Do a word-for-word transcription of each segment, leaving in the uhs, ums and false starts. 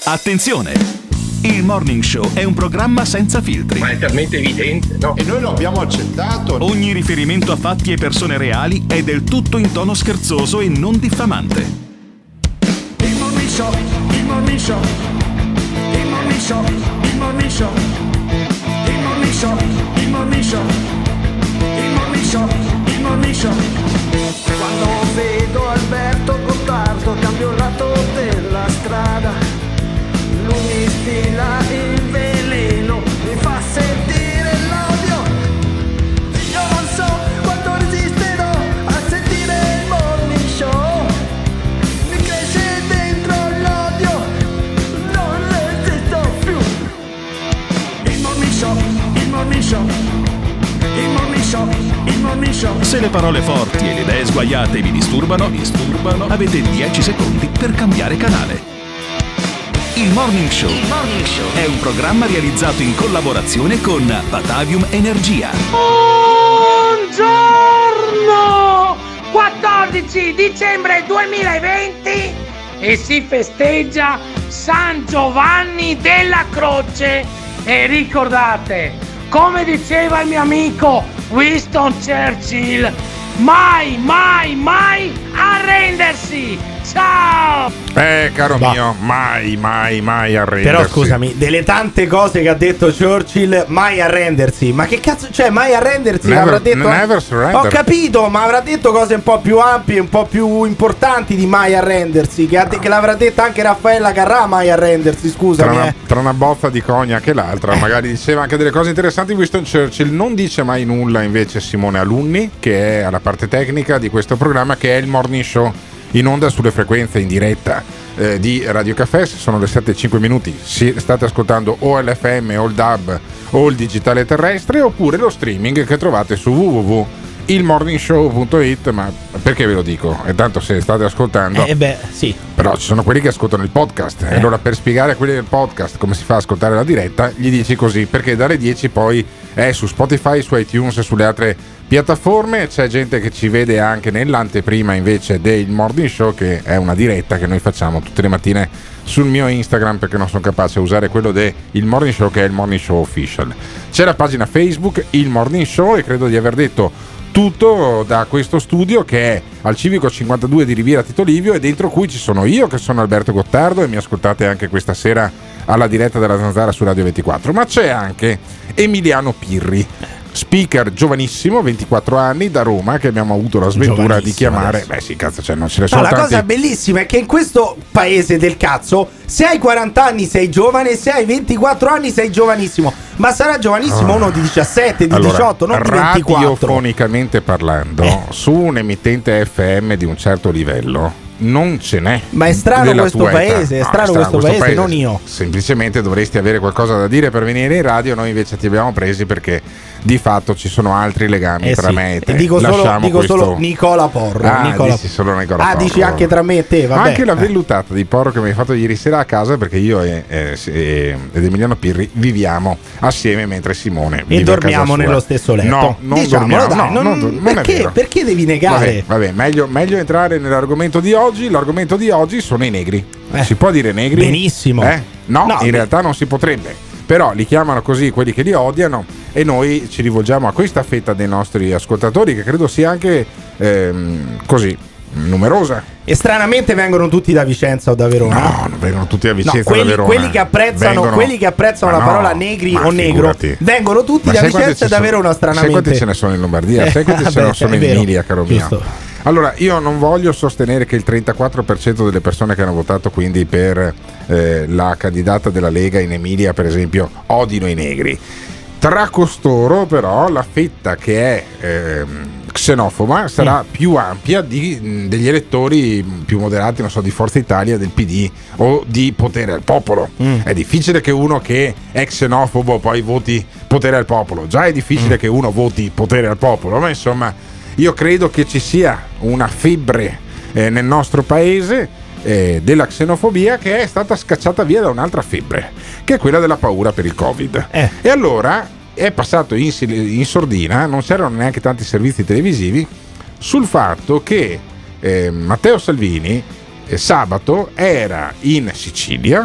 Attenzione! Il Morning Show è un programma senza filtri. Ma è talmente evidente, no? E noi lo abbiamo accettato. Ogni riferimento a fatti e persone reali è del tutto in tono scherzoso e non diffamante. Il Morning Show, il Morning Show, il Morning Show, il Morning Show, il Morning Show, il Morning Show, il Morning Show, il Morning Show. Quando vedo Alberto Gottardo cambio lato della strada. Lui mi stila il veleno, mi fa sentire l'odio. Io non so quanto resisterò a sentire il Morning Show. Mi cresce dentro l'odio, non resisto più. Il Morning Show, il Morning Show, il Morning Show, il Morning Show. Se le parole forti e le idee sguaiate vi disturbano, disturbano, avete dieci secondi per cambiare canale. Il Morning Show. Il Morning Show è un programma realizzato in collaborazione con Batavium Energia. Buongiorno! quattordici dicembre duemilaventi e si festeggia San Giovanni della Croce. E ricordate, come diceva il mio amico Winston Churchill, mai, mai, mai arrendersi! Ciao! Eh, caro bah. mio, mai, mai, mai arrendersi. Però scusami, delle tante cose che ha detto Churchill, mai arrendersi. Ma che cazzo, cioè, mai arrendersi? Never, avrà detto. never surrender. Ho capito, ma avrà detto cose un po' più ampie, un po' più importanti di mai arrendersi. Che, ha de- che l'avrà detta anche Raffaella Carrà, mai arrendersi, scusami. Tra una, eh. tra una bozza di cognac e l'altra, magari diceva anche delle cose interessanti. Winston Churchill non dice mai nulla, invece, Simone Alunni, che è alla parte tecnica di questo programma, che è il Morning Show in onda sulle frequenze in diretta eh, di Radio Caffè. Sono le sette e cinque minuti. Si, state ascoltando o l'F M o il D A B o il digitale terrestre, oppure lo streaming che trovate su w w w punto il morning show punto i t. Ma perché ve lo dico? E tanto se state ascoltando, Eh beh, sì. però ci sono quelli che ascoltano il podcast, Eh. e allora per spiegare a quelli del podcast come si fa a ascoltare la diretta, gli dici così, perché dalle dieci poi è su Spotify, su iTunes e sulle altre piattaforme. C'è gente che ci vede anche nell'anteprima invece del Morning Show, che è una diretta che noi facciamo tutte le mattine sul mio Instagram, perché non sono capace a usare quello del Morning Show, che è il Morning Show Official. C'è la pagina Facebook Il Morning Show, e credo di aver detto tutto da questo studio, che è al Civico cinquantadue di Riviera Tito Livio, e dentro cui ci sono io, che sono Alberto Gottardo, e mi ascoltate anche questa sera alla diretta della Zanzara su Radio ventiquattro. Ma c'è anche Emiliano Pirri, speaker giovanissimo, ventiquattro anni, da Roma, che abbiamo avuto la sventura di chiamare. Adesso. Beh sì, cazzo, cioè non ce ne sono No, la tanti. cosa bellissima è che in questo paese del cazzo, se hai quaranta anni sei giovane, se hai ventiquattro anni sei giovanissimo. Ma sarà giovanissimo uno di diciassette, di Allora, diciotto, non di ventiquattro. radiofonicamente parlando, Eh. su un'emittente F M di un certo livello non ce n'è. Ma è strano della questo tua età. paese, è No, strano questo paese, non io. Semplicemente dovresti avere qualcosa da dire per venire in radio, noi invece ti abbiamo presi perché di fatto ci sono altri legami Eh tra sì. me e te. E dico solo, Lasciamo dico questo... solo Nicola Porro. Ah, Nicola... dici solo Nicola ah Porro. dici anche tra me e te, vabbè. Anche la Eh. vellutata di porro che mi hai fatto ieri sera a casa, perché io e, e- e- ed Emiliano Pirri viviamo assieme mentre Simone E vive a casa dormiamo sua. nello stesso letto. No, non Diciamolo, dormiamo, dai, no, non- non, non è perché, vero. perché devi negare? Vabbè, vabbè, meglio, meglio entrare nell'argomento di oggi. L'argomento di oggi sono i negri. Eh. Si può dire negri? Benissimo. Eh? No, No, in beh. realtà non si potrebbe. Però li chiamano così quelli che li odiano, e noi ci rivolgiamo a questa fetta dei nostri ascoltatori, che credo sia anche ehm, così numerosa. E stranamente vengono tutti da Vicenza o da Verona. No, non vengono tutti a No, Vicenza, quelli, da Verona. quelli che apprezzano, Vengono- quelli che apprezzano Ma la no, parola negri ma o negro figurati. vengono tutti Ma da sai quanti Vicenza e ci da sono- Verona, Sai stranamente. quanti ce ne sono in Lombardia? Sai quanti Eh, ce ne vabbè, sono è in vero, Emilia, caro mio? giusto. Allora, io non voglio sostenere che il trentaquattro per cento delle persone che hanno votato quindi per eh, la candidata della Lega in Emilia, per esempio, odino i negri. Tra costoro, però, la fetta che è ehm, xenofoba sarà Mm. più ampia di, degli elettori più moderati, non so, di Forza Italia, del P D o di Potere al Popolo. Mm. È difficile che uno che è xenofobo poi voti Potere al Popolo. Già è difficile Mm. che uno voti Potere al Popolo, ma insomma, io credo che ci sia una febbre eh, nel nostro paese eh, della xenofobia, che è stata scacciata via da un'altra febbre, che è quella della paura per il Covid. Eh. E allora è passato in, sil- in sordina, non c'erano neanche tanti servizi televisivi, sul fatto che eh, Matteo Salvini eh, sabato era in Sicilia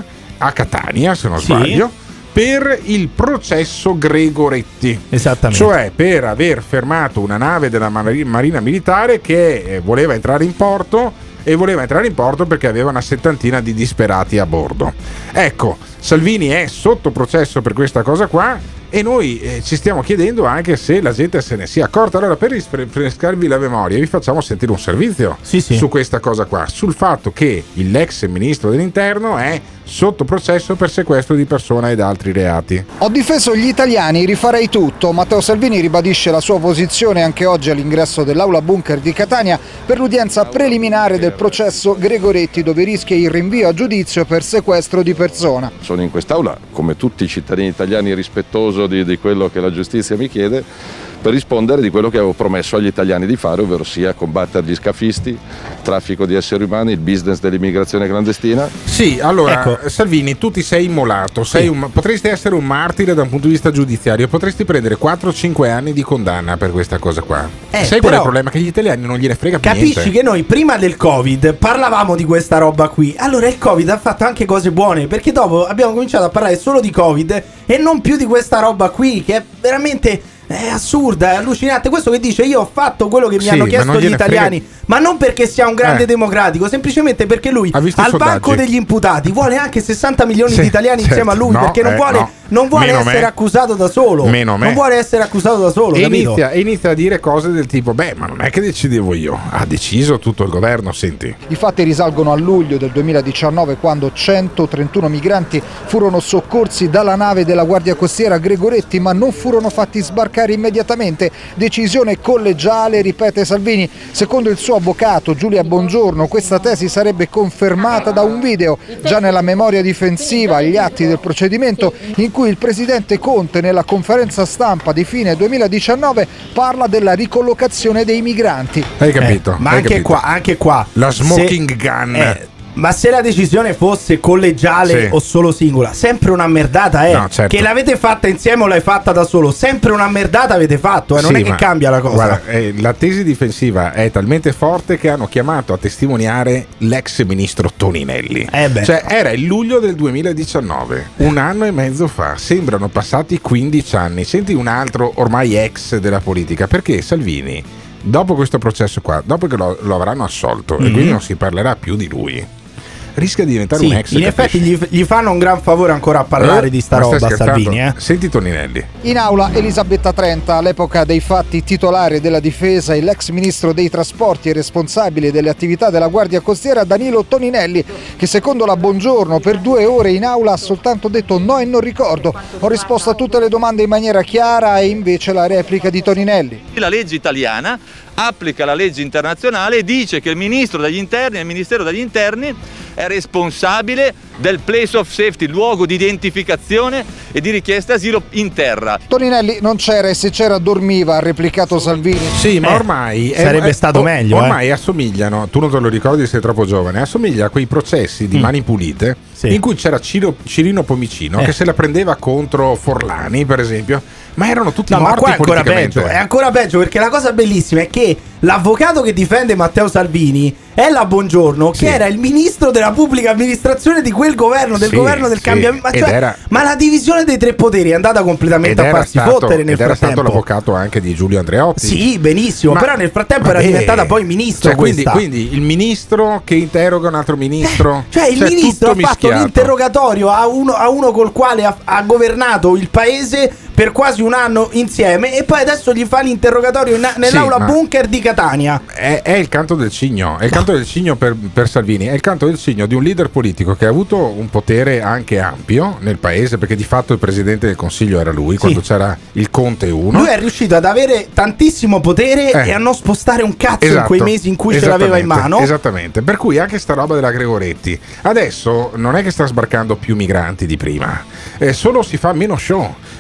a Catania, se non Sì. sbaglio, per il processo Gregoretti. Esattamente. Cioè per aver fermato una nave della Mari- Marina Militare che eh, voleva entrare in porto e voleva entrare in porto perché aveva una settantina di disperati a bordo. Ecco, Salvini è sotto processo per questa cosa qua e noi eh, ci stiamo chiedendo anche se la gente se ne sia accorta. Allora, per rinfrescarvi la memoria, vi facciamo sentire un servizio Sì, sì. su questa cosa qua, sul fatto che l'ex ministro dell'interno è sotto processo per sequestro di persona ed altri reati. Ho difeso gli italiani, rifarei tutto. Matteo Salvini ribadisce la sua posizione anche oggi all'ingresso dell'aula bunker di Catania per l'udienza preliminare del processo Gregoretti, dove rischia il rinvio a giudizio per sequestro di persona. Sono in quest'aula, come tutti i cittadini italiani, rispettoso di, di quello che la giustizia mi chiede, per rispondere di quello che avevo promesso agli italiani di fare, ovvero sia combattere gli scafisti, traffico di esseri umani, il business dell'immigrazione clandestina. Sì, allora Ecco. Salvini, tu ti sei immolato, sei Sì. un- potresti essere un martire da un punto di vista giudiziario, potresti prendere quattro cinque anni di condanna per questa cosa qua. Eh, Sai qual è il però- problema? Che gli italiani non gliene frega più Capisci niente. che noi prima del Covid parlavamo di questa roba qui. Allora il Covid ha fatto anche cose buone, perché dopo abbiamo cominciato a parlare solo di Covid e non più di questa roba qui, che è veramente è assurda, è allucinante. Questo che dice io ho fatto quello che mi Sì, hanno ma chiesto non gli gliene italiani, frega. ma non perché sia un grande Eh. democratico, semplicemente perché lui Ha visto i al sondaggi. banco degli imputati vuole anche sessanta milioni Sì, di italiani certo. insieme a lui, No, perché non eh, vuole, no. non vuole Meno essere me. accusato da solo. Meno me. Non vuole essere accusato da solo, E capito? inizia, e inizia a dire cose del tipo: beh, ma non è che decidevo io, ha deciso tutto il governo. Senti, I fatti risalgono a luglio del duemiladiciannove, quando centotrentuno migranti furono soccorsi dalla nave della Guardia Costiera Gregoretti, ma non furono fatti sbarcare immediatamente. Decisione collegiale, ripete Salvini. Secondo il suo avvocato Giulia Bongiorno, questa tesi sarebbe confermata da un video già nella memoria difensiva agli atti del procedimento, in cui il presidente Conte, nella conferenza stampa di fine duemiladiciannove, parla della ricollocazione dei migranti. hai capito? Eh, ma Hai anche capito? qua, anche qua. La se- smoking gun. eh, ma se la decisione fosse collegiale Sì. o solo singola, sempre una merdata è. No, certo. Che l'avete fatta insieme o l'hai fatta da solo, sempre una merdata avete fatto, eh, non Sì, è che ma cambia la cosa. Guarda, eh, la tesi difensiva è talmente forte che hanno chiamato a testimoniare l'ex ministro Toninelli. Eh beh. Cioè, era il luglio del duemiladiciannove, un anno e mezzo fa. Sembrano passati quindici anni. Senti un altro ormai ex della politica, perché Salvini, dopo questo processo qua, dopo che lo, lo avranno assolto e quindi non si parlerà più di lui, rischia di diventare Sì, un ex. in effetti gli, gli fanno un gran favore ancora a parlare Eh? di sta Ma stai roba scherzando? Salvini, eh. Senti Toninelli. In aula Elisabetta Trenta, all'epoca dei fatti titolare della difesa, e l'ex ministro dei trasporti e responsabile delle attività della Guardia Costiera Danilo Toninelli, che secondo la Bongiorno per due ore in aula ha soltanto detto no e non ricordo. Ho risposto a tutte le domande in maniera chiara, e invece la replica di Toninelli. La legge italiana applica la legge internazionale e dice che il ministro degli interni e il ministero degli interni è responsabile del place of safety, luogo di identificazione e di richiesta asilo in terra. Toninelli non c'era, e se c'era dormiva, ha replicato Salvini. Sì, ma Eh, ormai è- sarebbe è- stato o- meglio, Ormai assomigliano, tu non te lo ricordi, sei troppo giovane. Assomiglia a quei processi di Mm. Mani Pulite Sì. in cui c'era Ciro- Cirino Pomicino Eh. che se la prendeva contro Forlani, per esempio, ma erano tutti No, ma morti qua è ancora politicamente. peggio, è ancora peggio, perché la cosa bellissima è che l'avvocato che difende Matteo Salvini è la Bongiorno, Sì. che era il ministro della pubblica amministrazione di quel governo, del Sì, governo del sì. cambiamento. Ma, Ed cioè, era- ma la divisione dei tre poteri è andata Ed completamente a era farsi stato, fottere nel ed era frattempo. stato l'avvocato anche di Giulio Andreotti. Sì, benissimo, Ma- però nel frattempo era vabbè, diventata poi ministro cioè, quindi, questa. quindi il ministro che interroga un altro ministro. Cioè il ministro ha tutto fatto mischiato. l'interrogatorio a uno, a uno col quale ha, ha governato il paese per quasi un anno insieme, e poi adesso gli fa l'interrogatorio in- nell'aula Sì, ma- bunker di Catania. È, è il canto del cigno, è il canto del cigno per, per Salvini, è il canto del cigno di un leader politico che ha avuto un potere anche ampio nel paese, perché di fatto il presidente del Consiglio era lui, quando c'era il Conte uno. Lui è riuscito ad avere tantissimo potere Eh. e a non spostare un cazzo in Esatto, quei mesi in cui ce l'aveva in esattamente, mano. Esattamente, per cui anche sta roba della Gregoretti adesso non è che sta sbarcando più migranti di prima, eh, solo si fa meno show. Per cui se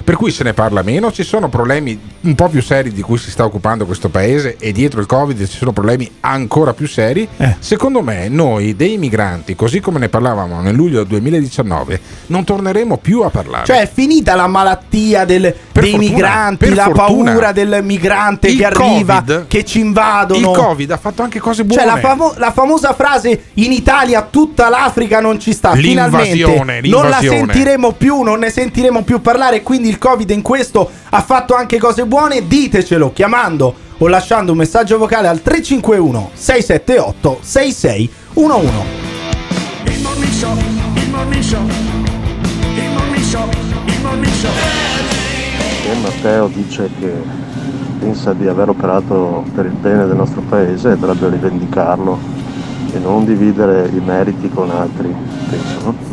se ne parla meno, ci sono problemi un po' più seri di cui si sta occupando questo paese, e dietro il Covid ci sono problemi ancora più seri. Eh. Secondo me noi dei migranti, così come ne parlavamo nel luglio del duemiladiciannove, non torneremo più a parlare. Cioè è finita la malattia del, dei fortuna, migranti, la fortuna. paura del migrante il che arriva, COVID, che ci invadono. Il Covid ha fatto anche cose buone. Cioè la, famo- la famosa frase in Italia tutta l'Africa non ci sta, l'invasione, finalmente non la sentiremo più, non ne sentiremo più parlare, quindi il Covid in questo ha fatto anche cose buone. Ditecelo chiamando o lasciando un messaggio vocale al tre cinque uno sei sette otto sei sei uno uno. Il Morning Show, il Morning Show, il Morning Show, il Morning Show. E Matteo dice che pensa di aver operato per il bene del nostro paese e dovrebbe rivendicarlo e non dividere i meriti con altri, penso, no?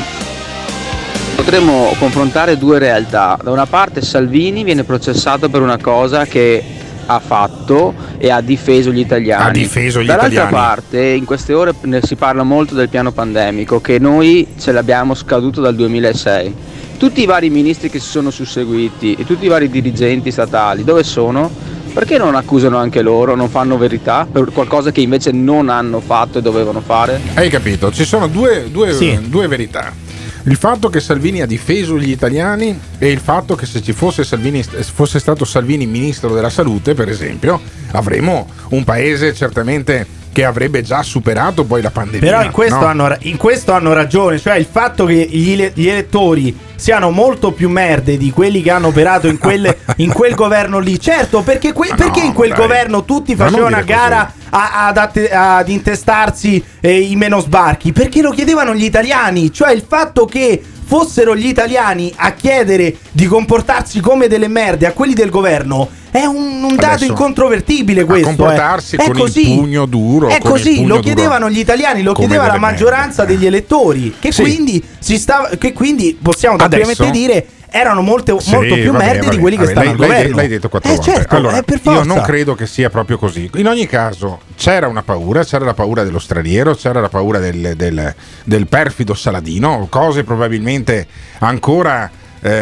Potremmo confrontare due realtà. Da una parte Salvini viene processato per una cosa che ha fatto e ha difeso gli italiani. Ha difeso gli Dall'altra italiani. parte, in queste ore ne si parla molto del piano pandemico, che noi ce l'abbiamo scaduto dal duemilasei. Tutti i vari ministri che si sono susseguiti e tutti i vari dirigenti statali, dove sono? Perché non accusano anche loro, non fanno verità per qualcosa che invece non hanno fatto e dovevano fare? Hai capito? Ci sono due, due, Sì. due verità. Il fatto che Salvini ha difeso gli italiani e il fatto che se ci fosse Salvini, fosse stato Salvini ministro della salute, per esempio, avremo un paese certamente che avrebbe già superato poi la pandemia. Però in questo, no? hanno, in questo hanno ragione, cioè il fatto che gli, ele- gli elettori siano molto più merde di quelli che hanno operato in quel, in quel governo lì. Certo, perché, que- Ma perché no, in quel dai. governo tutti Ma non facevano a dire gara a- ad, att- ad intestarsi eh, i meno sbarchi, perché lo chiedevano gli italiani. Cioè il fatto che fossero gli italiani a chiedere di comportarsi come delle merde a quelli del governo è un, un dato Adesso, incontrovertibile a questo. comportarsi eh. È con così. il pugno duro. È con il così, pugno lo duro chiedevano gli italiani, lo come chiedeva la delle maggioranza merde. degli elettori, che Sì. quindi si stava, che quindi possiamo tranquillamente Adesso? dire erano molte, Sì, molto più vabbè, merde vabbè, di quelli che vabbè, stanno l'hai, al l'hai, governo. l'hai detto quattro eh, volte. certo, Allora, eh, per io forza. non credo che sia proprio così. In ogni caso, c'era una paura, c'era la paura dello straniero, c'era la paura del, del, del perfido Saladino, cose probabilmente ancora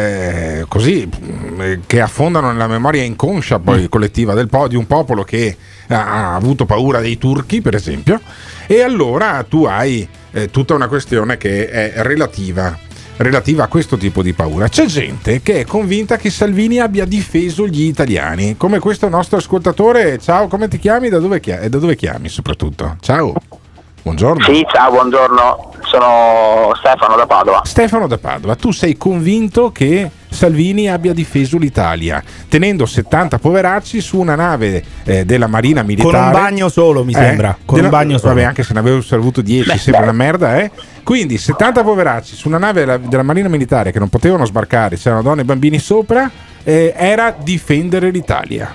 eh, così eh, che affondano nella memoria inconscia poi Mm. collettiva del po- di un popolo che ha, ha avuto paura dei turchi, per esempio. E allora tu hai eh, tutta una questione che è relativa relativa a questo tipo di paura. C'è gente che è convinta che Salvini abbia difeso gli italiani, come questo nostro ascoltatore. Ciao, come ti chiami? Da dove chiami? E da dove chiami soprattutto? Ciao, buongiorno. Sì, ciao, buongiorno, sono Stefano da Padova. Stefano da Padova, tu sei convinto che Salvini abbia difeso l'Italia tenendo settanta poveracci su una nave eh, della Marina Militare Con un bagno solo, mi Eh, sembra. Con della- un bagno solo. Vabbè, anche se ne avevo avuto dieci, Beh, sembra beh. una merda, eh? Quindi settanta poveracci su una nave della, della Marina Militare che non potevano sbarcare, c'erano donne e bambini sopra, eh, era difendere l'Italia.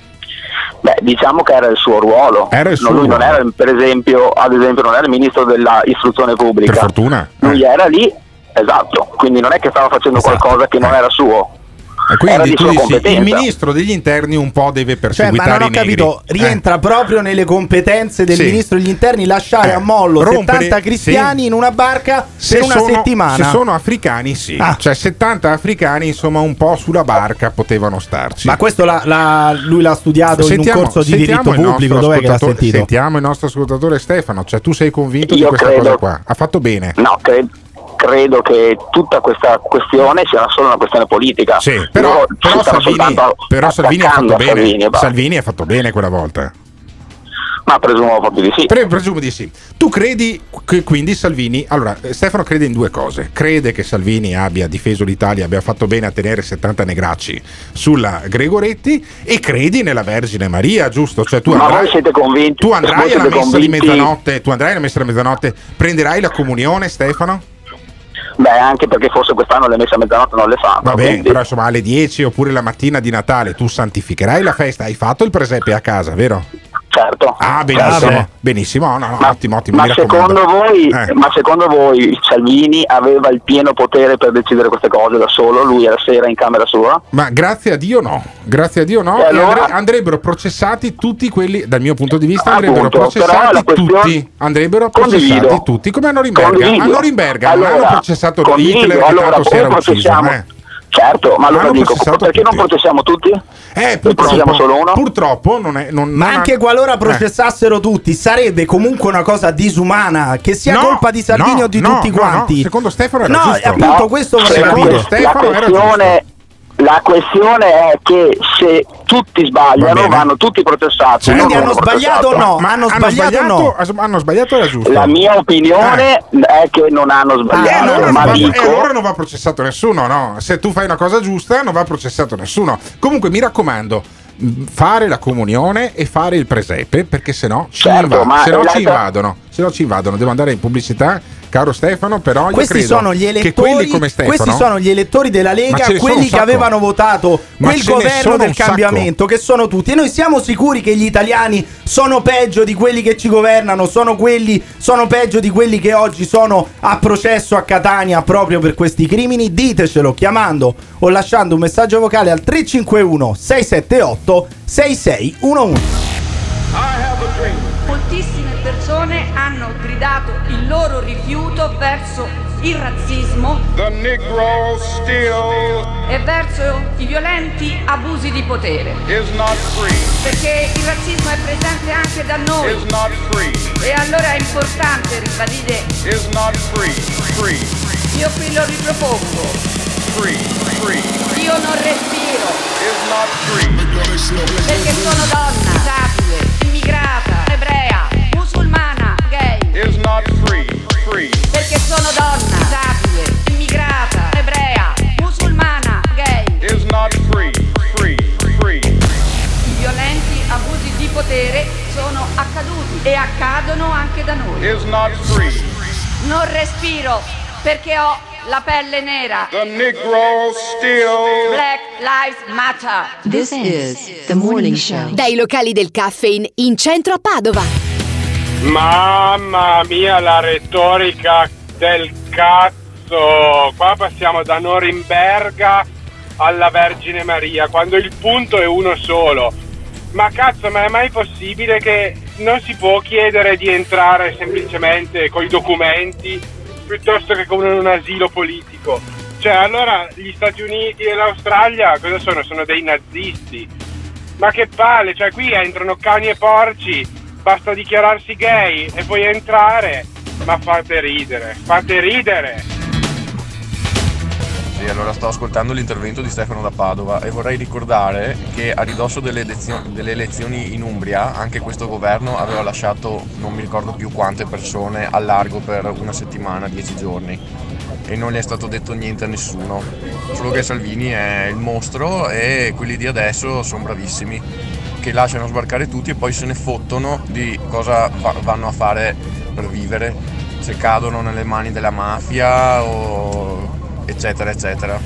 Beh, diciamo che era il suo ruolo. Era il suo No, lui non ruolo. era, per esempio, ad esempio, non era il ministro della istruzione pubblica. Per fortuna. Lui era lì, esatto, quindi non è che stava facendo Esatto. qualcosa che non era suo. E Era quindi di tu sua dici, il competenza. ministro degli interni un po' deve Cioè, ma perseguitare non ho i negri. capito, rientra proprio nelle competenze del Sì. ministro degli interni lasciare Eh, a mollo rompere- settanta cristiani sì. in una barca Se per una sono, settimana. se sono africani, sì. Ah. Cioè settanta africani, insomma, un po' sulla barca potevano starci. Ma questo l'ha- l'ha- lui l'ha studiato in un corso di sentiamo diritto il pubblico, nostro dov'è che l'ha ascoltatore- sentito? Sentiamo il nostro ascoltatore Stefano, cioè tu sei convinto di Io questa credo- cosa qua? Ha fatto bene. No, cre- credo che tutta questa questione sia solo una questione politica. Sì, però, Loro però si stanno Salvini, soltanto però Salvini ha attaccando fatto a bene. Salvini e basta. Salvini ha fatto bene quella volta. Ma presumo proprio di sì. Pre- presumo di sì. Tu credi che quindi Salvini. Allora, eh, Stefano crede in due cose. Crede che Salvini abbia difeso l'Italia, abbia fatto bene a tenere settanta negracci sulla Gregoretti, e credi nella Vergine Maria, giusto? Cioè tu Ma andrai, voi siete convinti? tu voi andrai alla siete messa di convinti- mezzanotte, tu andrai alla messa di mezzanotte, prenderai la comunione, Stefano? Beh, anche perché forse quest'anno le messe a mezzanotte non le fanno. Va bene, quindi- però insomma alle dieci oppure la mattina di Natale tu santificherai la festa. Hai fatto il presepe a casa, vero? Certo. Ah, benissimo, Certo. benissimo, no, no, Ma, ottimo, ottimo. ma mi raccomando. secondo voi, Eh. ma secondo voi Salvini aveva il pieno potere per decidere queste cose da solo, lui alla sera in camera sua? Ma grazie a Dio no, grazie a Dio no. E E allora? andre- andrebbero processati tutti quelli, dal mio punto di vista, Appunto, andrebbero però processati la questione- tutti. Andrebbero processati Condivido. tutti, come a Norimberga. Condivido. A Norimberga non Allora, hanno processato condivido. Hitler che Allora, tanto si poi era ucciso. processiamo- Eh. Certo, ma allora Hanno dico, processato perché tutti. non processiamo tutti? Eh, processiamo solo uno? Purtroppo non è. Non, Ma non anche ha- qualora processassero tutti, sarebbe comunque una cosa disumana. Che sia No, colpa di Salvini no, o di no, tutti no, quanti. no, secondo Stefano era no, giusto. appunto, No, questo vorrei secondo capire. la Stefano era questione, la questione è che se tutti Va sbagliano bene. vanno tutti processati. Quindi non hanno uno sbagliato o processato. no? Hanno sbagliato o no? Hanno sbagliato, era giusto. La mia opinione è che non hanno Eh, sbagliato, allora, ma non va, dico... e allora non va processato nessuno, no? Se tu fai una cosa giusta, non va processato nessuno. Comunque, mi raccomando, mh, fare la comunione e fare il presepe, perché sennò ci, Certo, inva- ma se no ci l'altra- invadono. Se no ci invadono, devo andare in pubblicità, caro Stefano, però io Questi credo sono gli che elettori, quelli come Stefano, questi sono gli elettori della Ma Lega, ce ne sono quelli un che sacco. avevano votato Ma quel ce ne governo sono del un sacco. cambiamento, che sono tutti. E noi siamo sicuri che gli italiani sono peggio di quelli che ci governano, sono quelli, sono peggio di quelli che oggi sono a processo a Catania proprio per questi crimini? Ditecelo chiamando o lasciando un messaggio vocale al tre cinque uno sei sette otto sei sei uno uno. Moltissime persone hanno gridato il loro rifiuto verso il razzismo The Negro still e verso i violenti abusi di potere. is not free, Perché il razzismo è presente anche da noi is not free, e allora è importante ribadire, is not free, free, io qui lo ripropongo, free, free, io non respiro is not free. perché sono donna, disabile, immigrata, ebrea, musulmana, gay. Is not free, free, Perché sono donna, disabile, immigrata, ebrea, musulmana, gay. is not free, free, free. I violenti abusi di potere sono accaduti e accadono anche da noi. Is not free. Non respiro perché ho la pelle nera. The Negro still Black Lives Matter. This is the morning show. Dai locali del Caffeine in centro a Padova. Mamma mia, la retorica del cazzo. Qua passiamo da Norimberga alla Vergine Maria, quando il punto è uno solo. Ma cazzo, ma è mai possibile che non si può chiedere di entrare semplicemente coi documenti piuttosto che con un asilo politico? Cioè, allora gli Stati Uniti e l'Australia cosa sono? Sono dei nazisti. Ma che palle, cioè qui entrano cani e porci, basta dichiararsi gay e puoi entrare. Ma fate ridere, fate ridere. Sì, allora sto ascoltando l'intervento di Stefano da Padova e vorrei ricordare che a ridosso delle, elezio- delle elezioni in Umbria anche questo governo aveva lasciato non mi ricordo più quante persone al largo per una settimana, dieci giorni, e non gli è stato detto niente a nessuno, solo che Salvini è il mostro e quelli di adesso sono bravissimi, che lasciano sbarcare tutti e poi se ne fottono di cosa va- vanno a fare per vivere, se cadono nelle mani della mafia o eccetera eccetera.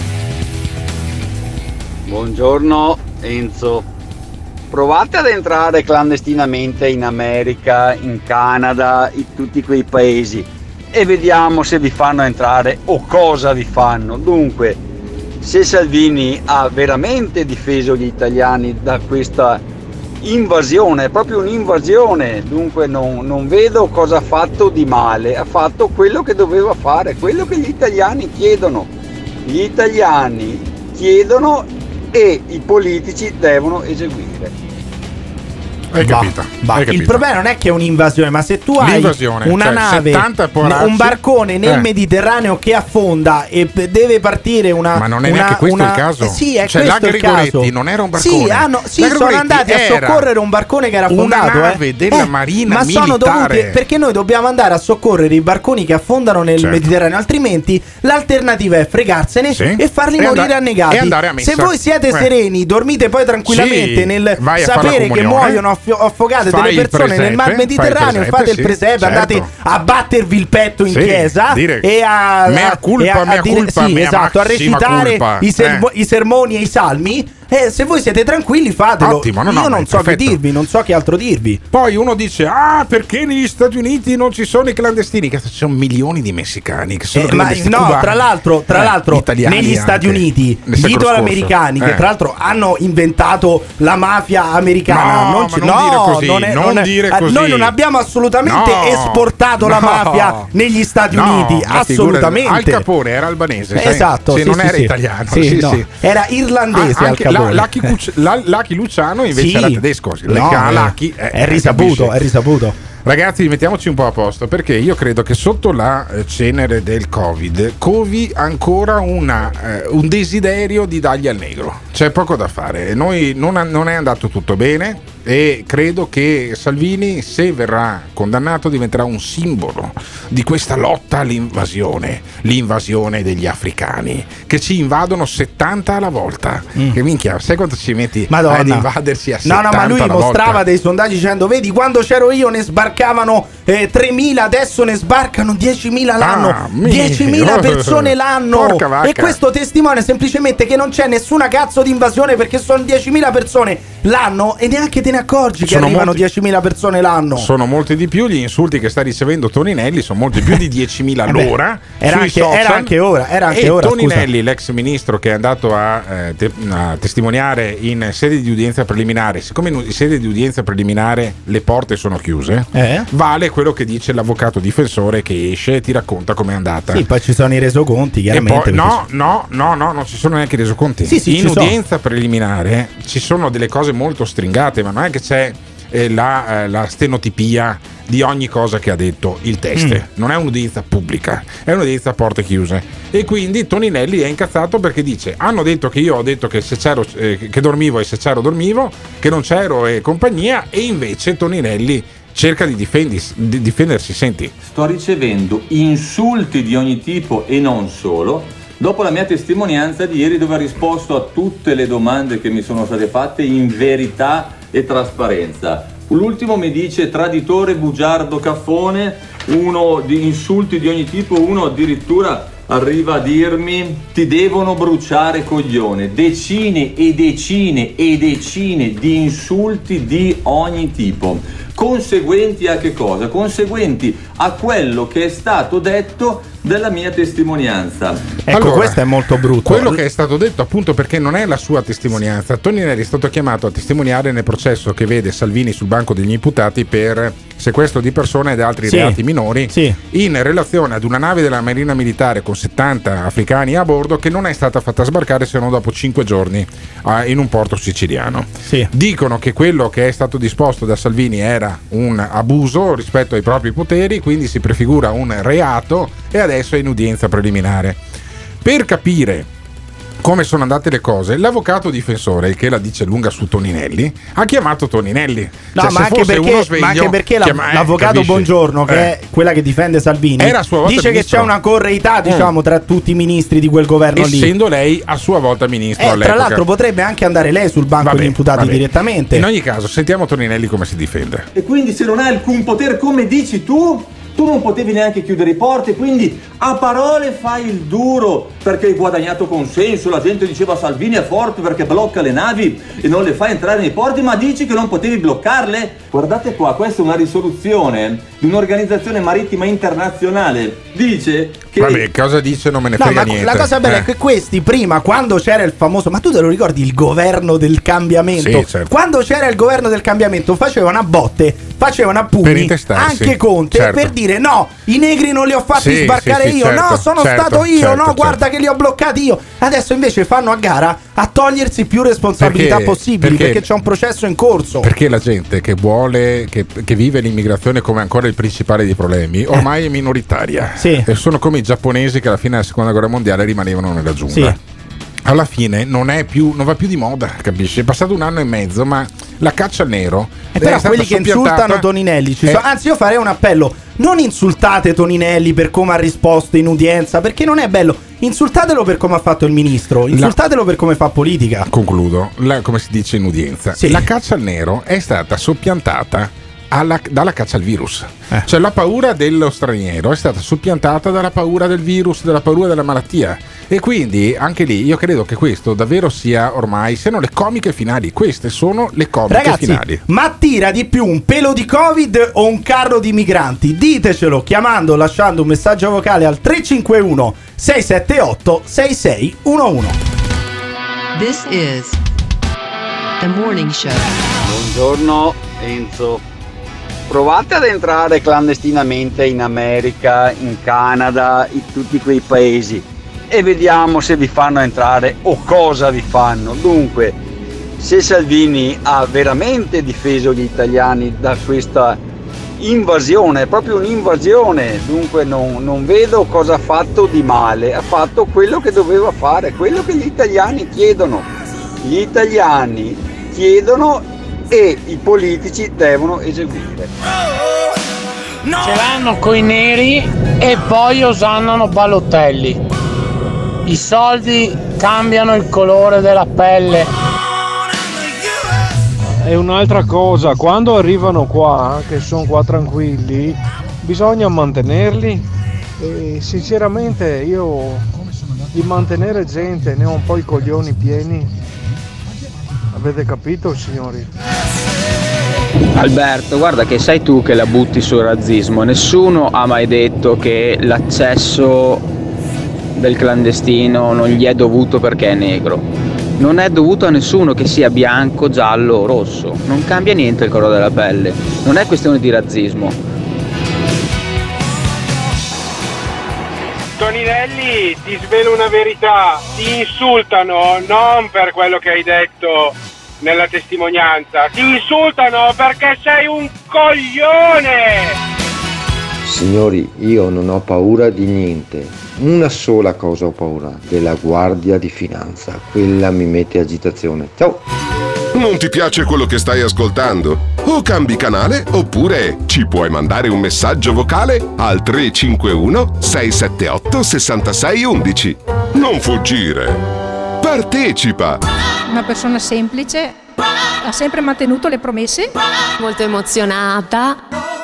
Buongiorno Enzo, provate ad entrare clandestinamente in America, in Canada, in tutti quei paesi e vediamo se vi fanno entrare o cosa vi fanno. Dunque, se Salvini ha veramente difeso gli italiani da questa invasione, è proprio un'invasione, dunque non, non vedo cosa ha fatto di male, ha fatto quello che doveva fare, quello che gli italiani chiedono. Gli italiani chiedono e i politici devono eseguire. Hai Bah, capito? bah. Hai Il capito. problema non è che è un'invasione, ma se tu hai L'invasione, una cioè nave, settanta poracci, un barcone nel eh. Mediterraneo che affonda e p- deve partire una. Ma non è una, neanche questo una- il caso. Eh sì, è Cioè, questo la il Gregoretti caso. non era un barcone. Sì, hanno, sì La sono Gregoretti andati a era soccorrere un barcone che era una affondato. nave eh. della Eh, Marina ma sono militare. dovuti perché noi dobbiamo andare a soccorrere i barconi che affondano nel Certo. Mediterraneo, altrimenti l'alternativa è fregarsene Sì. e farli E morire andare- annegati. e andare a messa. Se voi siete Eh. sereni, dormite poi tranquillamente Sì, nel vai a fare la sapere che comunione. muoiono affio- affogate Fai delle il persone nel mar presepe, Mediterraneo e fai fate il il presepe, presepe, sì, andate certo. a battervi il petto in Sì, chiesa dire- e a, mea a- culpa, e a- a mea dire- culpa, sì, mea esatto, a massima recitare culpa. i, sermo- Eh. i sermoni e i salmi Eh, se voi siete tranquilli, fatelo. Ottimo, no, Io no, non so perfetto. che dirvi, non so che altro dirvi. Poi uno dice: ah, perché negli Stati Uniti non ci sono i clandestini? Che ci sono milioni di messicani che sono Eh, ma clandestini. no, cubani. tra l'altro, tra Eh, l'altro italiani negli anche, Stati Uniti nel gli secolo italo-americani scorso. che Eh. tra l'altro hanno inventato la mafia americana. No, non, ma non dire così, non, è- non non è- dire eh, così. Noi non abbiamo assolutamente No, esportato la no. mafia negli Stati No, Uniti, ma figurati, assolutamente. Al Capone era albanese, sai? Esatto, Sì, sì, non sì, era sì. italiano, Sì, sì, no. sì. Era irlandese Ah, Al anche Capone. la- Lucky Cuc- la- Lucky Luciano invece Sì. era tedesco. Si No, chiama eh, Lucky, eh, è risaputo, capisci? è risaputo. Ragazzi, mettiamoci un po' a posto, perché io credo che sotto la eh, cenere del Covid covi ancora una, eh, un desiderio di dargli al negro. C'è poco da fare. Noi non, non è andato tutto bene e credo che Salvini, se verrà condannato, diventerà un simbolo di questa lotta all'invasione, l'invasione degli africani che ci invadono settanta alla volta. Mm. Che minchia, sai quanto ci metti Madonna. ad invadersi a No, settanta no, ma lui alla mostrava volta? dei sondaggi dicendo: vedi, quando c'ero io ne sbarcavano eh, tremila, adesso ne sbarcano diecimila l'anno. Ah, mi- diecimila persone l'anno. Porca vacca. E questo testimonia semplicemente che non c'è nessuna cazzo di invasione, perché sono diecimila persone l'anno e neanche te ne accorgi che Sono arrivano molti- diecimila persone l'anno. Sono molti di più, gli insulti che sta ricevendo Toninelli sono molti più di diecimila Eh beh, all'ora. era sui anche- social. era anche ora, era anche e ora, Toninelli, l'ex ministro che è andato a, eh, te- a testimoniare in sede di udienza preliminare, siccome in sede di udienza preliminare le porte sono chiuse, Eh? vale quello che dice l'avvocato difensore che esce e ti racconta com'è andata. Sì, poi ci sono i resoconti, E chiaramente. poi, no, no, no, no, non ci sono neanche i resoconti. Sì, sì, in ci sono. udienza preliminare ci sono delle cose molto stringate, ma non è che c'è eh, la, eh, la stenotipia di ogni cosa che ha detto il teste. Mm. Non è un'udienza pubblica, è un'udienza a porte chiuse. E quindi Toninelli è incazzato perché dice: hanno detto che io ho detto che se c'ero eh, che dormivo e se c'ero dormivo, che non c'ero e compagnia, e invece Toninelli cerca di, difendis- di difendersi. Senti. Sto ricevendo insulti di ogni tipo e non solo, dopo la mia testimonianza di ieri, dove ho risposto a tutte le domande che mi sono state fatte in verità e trasparenza. L'ultimo mi dice traditore, bugiardo, caffone, uno di insulti di ogni tipo, uno addirittura arriva a dirmi ti devono bruciare coglione. Decine e decine e decine di insulti di ogni tipo, conseguenti a che cosa? Conseguenti a quello che è stato detto della mia testimonianza. Ecco, Allora, questo è molto brutto. Quello che è stato detto, appunto, perché non è la sua testimonianza. Toninelli è stato chiamato a testimoniare nel processo che vede Salvini sul banco degli imputati per sequestro di persone ed altri Sì. reati minori, Sì. in relazione ad una nave della Marina Militare con settanta africani a bordo che non è stata fatta sbarcare se non dopo cinque giorni eh, in un porto siciliano. Sì. Dicono che quello che è stato disposto da Salvini era un abuso rispetto ai propri poteri, quindi si prefigura un reato e adesso è in udienza preliminare. Per capire come sono andate le cose, l'avvocato difensore, il che la dice lunga su Toninelli, ha chiamato Toninelli. No, Cioè, ma, se anche fosse perché, uno sveglio, ma anche perché la- chiama- eh, l'avvocato capisci? Bongiorno, che Eh. è quella che difende Salvini, Era a sua volta dice ministro. che c'è una correità, Mm. diciamo, tra tutti i ministri di quel governo lì. Essendo lei a sua volta ministro Eh, all'epoca. tra l'altro potrebbe anche andare lei sul banco Vabbè, degli imputati vabbè. direttamente. In ogni caso, sentiamo Toninelli come si difende. E quindi se non hai alcun potere, come dici tu, tu non potevi neanche chiudere i porti, quindi a parole fai il duro perché hai guadagnato consenso, la gente diceva Salvini è forte perché blocca le navi e non le fa entrare nei porti, ma dici che non potevi bloccarle? Guardate qua, questa è una risoluzione di un'organizzazione marittima internazionale, dice che... Vabbè, cosa dice non me ne No, frega ma niente. la cosa bella Eh. è che questi prima, quando c'era il famoso, ma tu te lo ricordi il governo del cambiamento? Sì, certo. Quando c'era il governo del cambiamento facevano a botte, facevano a Per pugni, intestarsi, anche Conte, certo. per dire no, i negri non li ho fatti Sì, sbarcare sì, sì, io, certo, no, sono certo, stato io, certo, no, guarda certo. che li ho bloccati io. Adesso invece fanno a gara a togliersi più responsabilità Perché- possibili perché, perché- c'è un processo in corso. Perché la gente che vuole, che, che vive l'immigrazione come ancora il principale dei problemi, ormai è minoritaria. Sì. E sono come i giapponesi che alla fine della seconda guerra mondiale rimanevano nella giungla. Sì. Alla fine non è più, non va più di moda, capisci? È passato un anno e mezzo, ma la caccia al nero. E è però stata quelli che soppiantata- insultano Toninelli ci Eh, sono- anzi, io farei un appello: non insultate Toninelli per come ha risposto in udienza, perché non è bello. Insultatelo per come ha fatto il ministro, insultatelo per come fa politica. Concludo, la- come si dice in udienza, Sì. la caccia al nero è stata soppiantata alla, dalla caccia al virus. Eh. Cioè la paura dello straniero è stata suppiantata dalla paura del virus, dalla paura della malattia. E quindi anche lì io credo che questo davvero sia ormai, siano le comiche finali. Queste sono le comiche Ragazzi, finali. Ma tira di più un pelo di Covid o un carro di migranti? Ditecelo chiamando o lasciando un messaggio vocale al tre cinque uno sei sette otto sei sei uno uno. This is The Morning Show. Buongiorno Enzo. Provate ad entrare clandestinamente in America, in Canada, in tutti quei paesi e vediamo se vi fanno entrare o cosa vi fanno. Dunque, se Salvini ha veramente difeso gli italiani da questa invasione, è proprio un'invasione, dunque non, non vedo cosa ha fatto di male, ha fatto quello che doveva fare, quello che gli italiani chiedono. Gli italiani chiedono e i politici devono eseguire. Ce l'hanno coi neri e poi osannano Balotelli. I soldi cambiano il colore della pelle. E un'altra cosa, quando arrivano qua, che sono qua tranquilli, bisogna mantenerli. E sinceramente io di mantenere gente ne ho un po' i coglioni pieni. Avete capito, signori? Alberto, guarda che sei tu che la butti sul razzismo. Nessuno ha mai detto che l'accesso del clandestino non gli è dovuto perché è negro. Non è dovuto a nessuno, che sia bianco, giallo o rosso. Non cambia niente il colore della pelle. Non è questione di razzismo. Toninelli, ti svelo una verità. Ti insultano non per quello che hai detto nella testimonianza. Ti insultano perché sei un coglione! Signori, io non ho paura di niente. Una sola cosa ho paura, della Guardia di Finanza. Quella mi mette agitazione. Ciao! Non ti piace quello che stai ascoltando? O cambi canale oppure ci puoi mandare un messaggio vocale al tre cinque uno sei sette otto sei sei uno uno. Non fuggire! Partecipa! Una persona semplice, ha sempre mantenuto le promesse. Molto emozionata.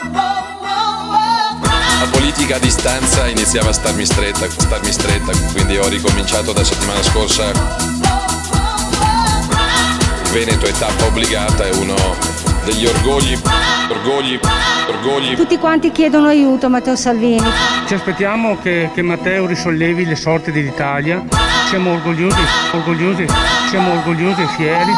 La politica a distanza iniziava a starmi stretta, starmi stretta, quindi ho ricominciato da settimana scorsa. Il Veneto è tappa obbligata, è uno degli orgogli, orgogli, orgogli. Tutti quanti chiedono aiuto a Matteo Salvini. Ci aspettiamo che, che Matteo risollevi le sorti dell'Italia. Siamo orgogliosi, orgogliosi, siamo orgogliosi e fieri.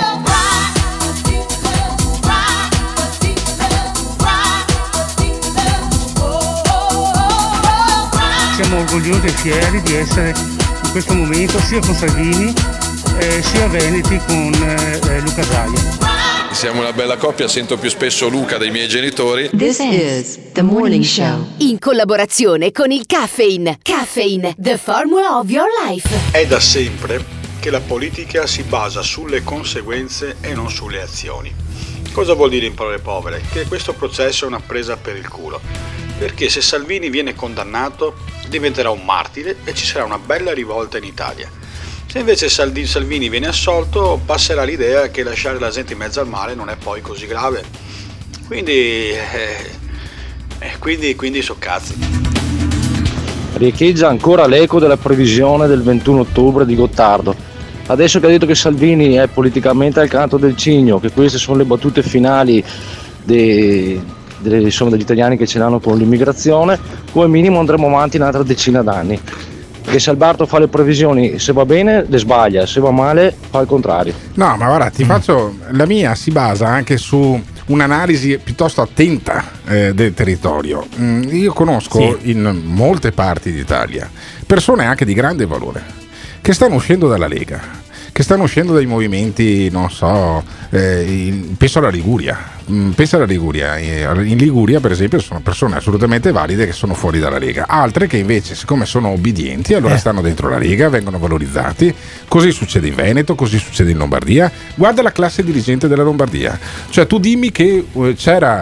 Siamo orgogliosi e fieri di essere in questo momento sia con Salvini eh, sia veneti con eh, Luca Zaia. Siamo una bella coppia, sento più spesso Luca dei miei genitori. This is The Morning Show. In collaborazione con il Caffeine. Caffeine, the formula of your life. È da sempre che la politica si basa sulle conseguenze e non sulle azioni. Cosa vuol dire in parole povere? Che questo processo è una presa per il culo. Perché se Salvini viene condannato diventerà un martire e ci sarà una bella rivolta in Italia. Se invece Salvini viene assolto passerà l'idea che lasciare la gente in mezzo al mare non è poi così grave. Quindi, eh, eh, quindi, quindi so cazzi. Riecheggia ancora l'eco della previsione del ventuno ottobre di Gottardo. Adesso che ha detto che Salvini è politicamente al canto del cigno, che queste sono le battute finali dei... Delle, insomma, degli italiani che ce l'hanno con l'immigrazione, come minimo andremo avanti un'altra decina d'anni. Che se Alberto fa le previsioni, se va bene le sbaglia, se va male fa il contrario. No, ma guarda, ti faccio, la mia si basa anche su un'analisi piuttosto attenta eh, del territorio. Mm, io conosco sì. in molte parti d'Italia persone anche di grande valore che stanno uscendo dalla Lega, che stanno uscendo dai movimenti, non so, eh, in, penso alla Liguria. Pensa alla Liguria, in Liguria per esempio sono persone assolutamente valide che sono fuori dalla Lega, altre che invece siccome sono obbedienti allora eh. stanno dentro la Lega, vengono valorizzati. Così succede in Veneto, così succede in Lombardia. Guarda la classe dirigente della Lombardia, cioè tu dimmi che c'era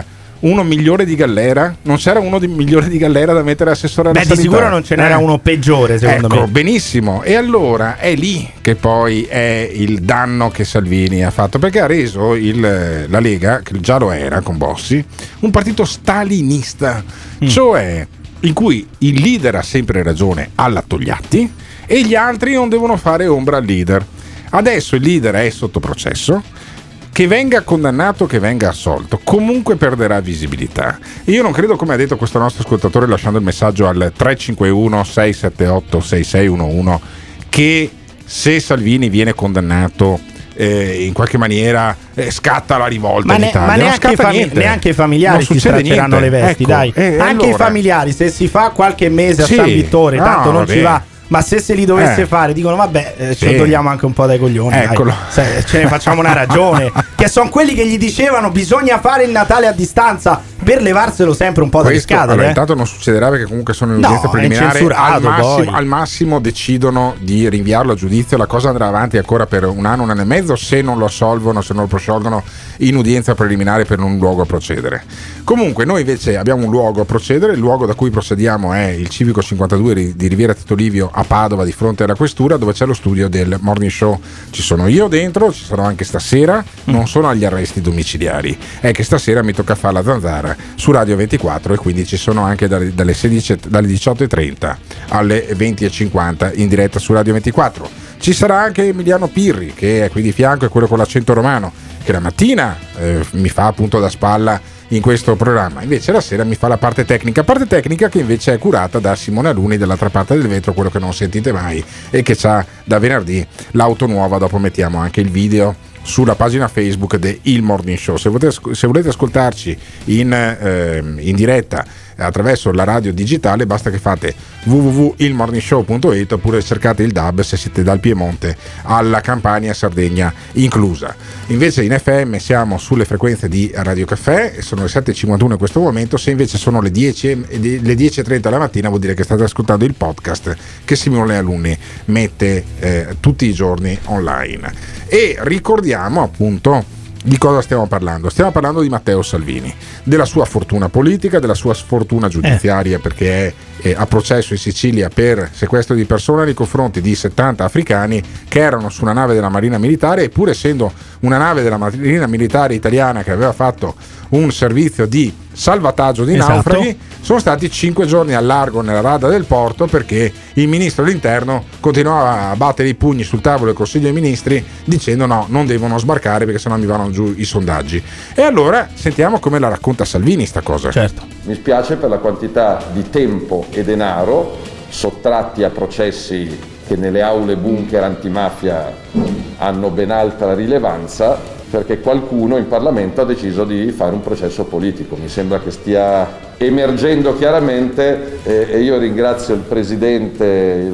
uno migliore di Gallera? Non c'era uno di migliore di Gallera da mettere assessore alla Beh, sanità? di sicuro non ce n'era Eh. uno peggiore, secondo Ecco, me. benissimo. E allora è lì che poi è il danno che Salvini ha fatto, perché ha reso il, la Lega, che già lo era con Bossi, un partito stalinista, Mm. cioè in cui il leader ha sempre ragione alla Togliatti e gli altri non devono fare ombra al leader. Adesso il leader è sotto processo, che venga condannato, che venga assolto, comunque perderà visibilità. Io non credo, come ha detto questo nostro ascoltatore lasciando il messaggio al tre cinque uno sei sette otto sei sei uno uno, che se Salvini viene condannato eh, in qualche maniera eh, scatta la rivolta Ma, in ne- Italia. ma Non neanche, scatta fami- niente. neanche i familiari Non si succede stretcheranno niente. le vesti, Ecco, dai. eh, Anche i allora- familiari, se si fa qualche mese a Sì. San Vittore, No, tanto non vabbè. ci va. Ma se se li dovesse Eh. fare, dicono vabbè, eh, ce Sì. lo togliamo anche un po' dai coglioni. dai. Eccolo. Se- ce ne facciamo una ragione. Che sono quelli che gli dicevano bisogna fare il Natale a distanza per levarselo sempre un po' dalle Questo, scatole. allora, eh. intanto non succederà perché comunque sono in No, udienza è preliminare. incensurato, Al massimo, poi. al massimo decidono di rinviarlo a giudizio. La cosa andrà avanti ancora per un anno, un anno e mezzo, se non lo assolvono, se non lo prosciolgono in udienza preliminare per un luogo a procedere. Comunque noi invece abbiamo un luogo a procedere. Il luogo da cui procediamo è il Civico cinquantadue ri- di Riviera Tito Livio a Padova, di fronte alla questura, dove c'è lo studio del Morning Show. Ci sono io dentro, ci sarò anche stasera. Non sono agli arresti domiciliari, è che stasera mi tocca fare la zanzara su Radio ventiquattro e quindi ci sono anche dalle, dalle, sedici, dalle diciotto e trenta alle venti e cinquanta in diretta su Radio ventiquattro. Ci sarà anche Emiliano Pirri, che è qui di fianco, è quello con l'accento romano, che la mattina eh, mi fa appunto da spalla in questo programma, invece la sera mi fa la parte tecnica, parte tecnica che invece è curata da Simone Aluni dall'altra parte del vetro, quello che non sentite mai e che c'ha da venerdì l'auto nuova. Dopo mettiamo anche il video sulla pagina Facebook di Il Morning Show. Se volete, se volete ascoltarci in, eh, in diretta attraverso la radio digitale, basta che fate w w w punto il morning show punto it oppure cercate il D A B se siete dal Piemonte alla Campania, Sardegna inclusa. Invece in F M siamo sulle frequenze di Radio Caffè, sono le sette e cinquantuno in questo momento. Se invece sono le dieci, le dieci e trenta la mattina, vuol dire che state ascoltando il podcast che Simone Alunni mette eh, tutti i giorni online. E ricordiamo appunto di cosa stiamo parlando. Stiamo parlando di Matteo Salvini, della sua fortuna politica, della sua sfortuna giudiziaria, eh. perché è, è a processo in Sicilia per sequestro di persona nei confronti di settanta africani che erano su una nave della Marina Militare, e pur essendo una nave della Marina Militare italiana che aveva fatto un servizio di salvataggio di esatto. naufraghi, sono stati cinque giorni al largo nella rada del porto perché il ministro dell'interno continuava a battere i pugni sul tavolo del Consiglio dei Ministri dicendo no, non devono sbarcare perché sennò mi vanno giù i sondaggi. E allora sentiamo come la racconta Salvini sta cosa. Certo. Mi spiace per la quantità di tempo e denaro sottratti a processi che nelle aule bunker antimafia hanno ben altra rilevanza, perché qualcuno in Parlamento ha deciso di fare un processo politico. Mi sembra che stia emergendo chiaramente eh, e io ringrazio il Presidente,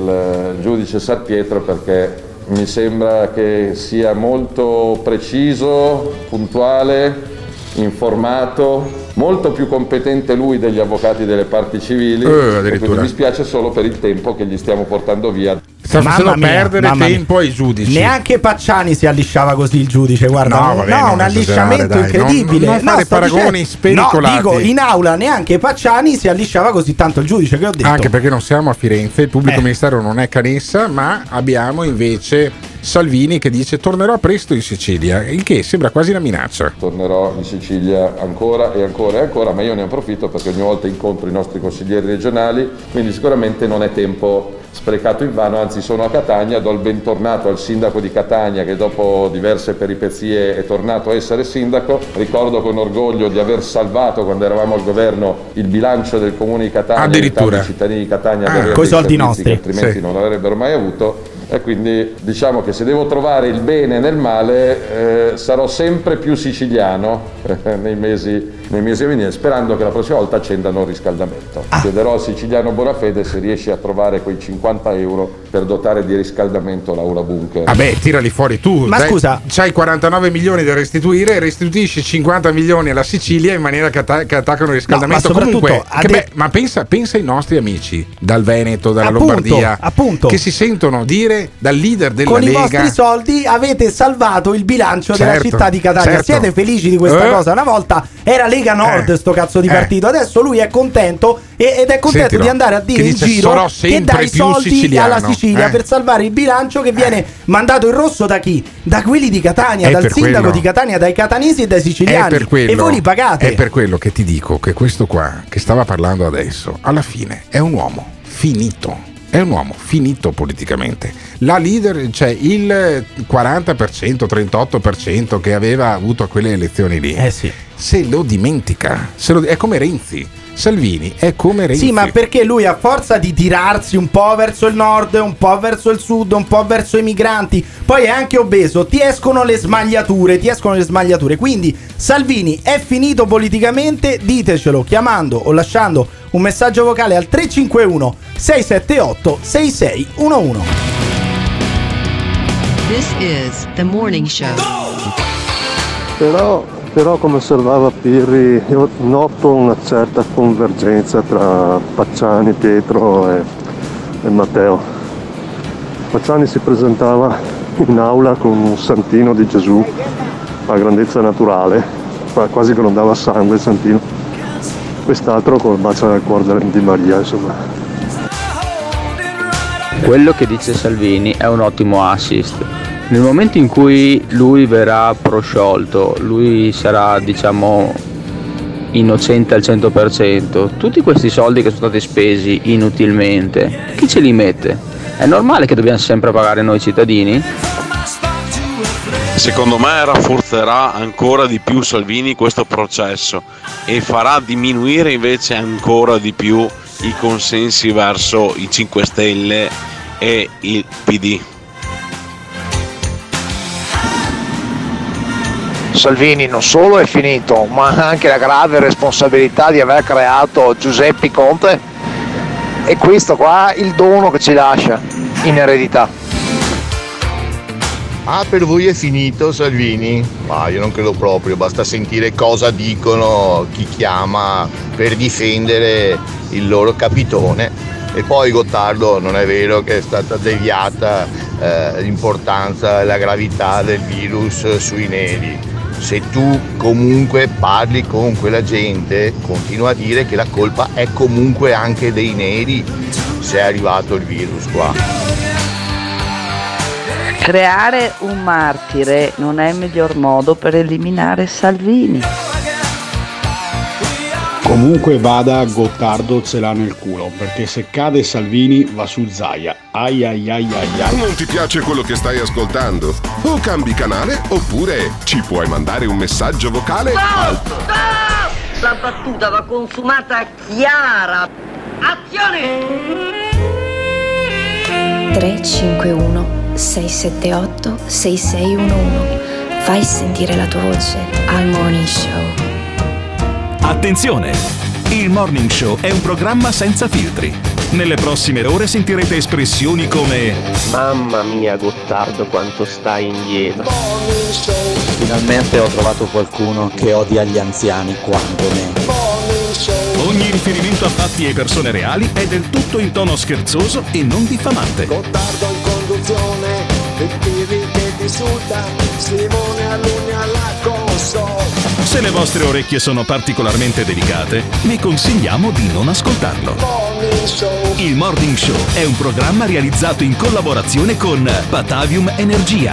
il giudice Sarpietro, perché mi sembra che sia molto preciso, puntuale, informato, molto più competente lui degli avvocati delle parti civili, eh, e quindi mi spiace solo per il tempo che gli stiamo portando via. Sta facendo Mamma mia, perdere mamma tempo mia. ai giudici. Neanche Pacciani si allisciava così il giudice, guarda. No, vabbè, non un esagerare, allisciamento dai, incredibile. non- non fare sto paragoni dicendo- spericolati. No, dico, in aula neanche Pacciani si allisciava così tanto il giudice, che ho detto. Anche perché non siamo a Firenze, il pubblico Eh. ministero non è Canessa, ma abbiamo invece Salvini che dice tornerò presto in Sicilia, il che sembra quasi una minaccia. Tornerò in Sicilia ancora e ancora e ancora, ma io ne approfitto perché ogni volta incontro i nostri consiglieri regionali, quindi sicuramente non è tempo sprecato in vano, anzi sono a Catania, do il bentornato al sindaco di Catania che dopo diverse peripezie è tornato a essere sindaco. Ricordo con orgoglio di aver salvato quando eravamo al governo il bilancio del comune di Catania, addirittura i cittadini di Catania ah, per avere coi dei soldi servizi nostri, che altrimenti sì. non avrebbero mai avuto. E quindi diciamo che se devo trovare il bene nel male eh, sarò sempre più siciliano eh, nei mesi nei mesi a venire, sperando che la prossima volta accendano il riscaldamento. Ah. Chiederò al siciliano Bonafede se riesce a trovare quei cinquanta euro per dotare di riscaldamento l'aula bunker. Vabbè, tirali fuori tu. Ma Dai, scusa, c'hai quarantanove milioni da restituire, restituisci cinquanta milioni alla Sicilia in maniera che, atta- che attaccano il riscaldamento. No, ma soprattutto Comunque, ha che de- beh, ma pensa, pensa ai nostri amici dal Veneto, dalla Appunto, Lombardia, appunto. che si sentono dire dal leader della con Lega. i vostri soldi avete salvato il bilancio della Certo, città di Catania. certo. Siete felici di questa Eh. cosa? Una volta era Lega Nord, eh, sto cazzo di eh. partito. Adesso lui è contento e, ed è contento Sentilo, di andare a dire che in dice, giro "Sarò che sempre dà i più soldi siciliano", alla Sicilia eh. per salvare il bilancio che viene mandato in rosso da chi? Da quelli di Catania, È dal per sindaco quello. di Catania, dai catanesi e dai siciliani. È per quello, e voi li pagate. È per quello che ti dico che questo qua che stava parlando adesso, alla fine è un uomo finito. È un uomo finito politicamente. La leader, cioè il quaranta per cento, trentotto per cento che aveva avuto a quelle elezioni lì, eh sì. se lo dimentica. Se lo, è come Renzi. Salvini è come Renzi. Sì, ma perché lui a forza di tirarsi un po' verso il nord, un po' verso il sud, un po' verso i migranti, poi è anche obeso, ti escono le smagliature, ti escono le smagliature. Quindi Salvini è finito politicamente, ditecelo chiamando o lasciando un messaggio vocale al tre cinque uno sei sette otto sei sei uno uno. This is the morning show. Però, però come osservava Pirri, io noto una certa convergenza tra Pacciani, Pietro e, e Matteo. Pacciani si presentava in aula con un santino di Gesù a grandezza naturale, quasi che non dava sangue il santino. Quest'altro col bacio nel cuore di Maria, insomma. Quello che dice Salvini è un ottimo assist. Nel momento in cui lui verrà prosciolto, lui sarà, diciamo, innocente al cento per cento, tutti questi soldi che sono stati spesi inutilmente, chi ce li mette? È normale che dobbiamo sempre pagare noi cittadini? Secondo me rafforzerà ancora di più Salvini questo processo e farà diminuire invece ancora di più i consensi verso i cinque Stelle e il P D. Salvini non solo è finito, ma ha anche la grave responsabilità di aver creato Giuseppe Conte, e questo qua è il dono che ci lascia in eredità. Ah, per voi è finito Salvini? Ma io non credo proprio, basta sentire cosa dicono chi chiama per difendere il loro capitone. E poi Gottardo, non è vero che è stata deviata eh, l'importanza e la gravità del virus sui neri. Se tu comunque parli con quella gente, continua a dire che la colpa è comunque anche dei neri se è arrivato il virus qua. Creare un martire non è il miglior modo per eliminare Salvini. Comunque vada, Gottardo ce l'ha nel culo, perché se cade Salvini va su Zaia. Ai ai ai ai ai. Non ti piace quello che stai ascoltando? O cambi canale oppure ci puoi mandare un messaggio vocale al... La battuta va consumata chiara. Azione! tre cinque uno sei sette otto sei sei uno uno. Fai sentire la tua voce al Morning Show. Attenzione! Il Morning Show è un programma senza filtri. Nelle prossime ore sentirete espressioni come: mamma mia Gottardo quanto stai indietro. Finalmente ho trovato qualcuno che odia gli anziani quanto me. Ogni riferimento a fatti e persone reali è del tutto in tono scherzoso e non diffamante. Gottardo in conduzione, il Pirri che ti insulta, Simone Alunni alla console. Se le vostre orecchie sono particolarmente delicate, vi consigliamo di non ascoltarlo. Il Morning Show è un programma realizzato in collaborazione con Batavium Energia.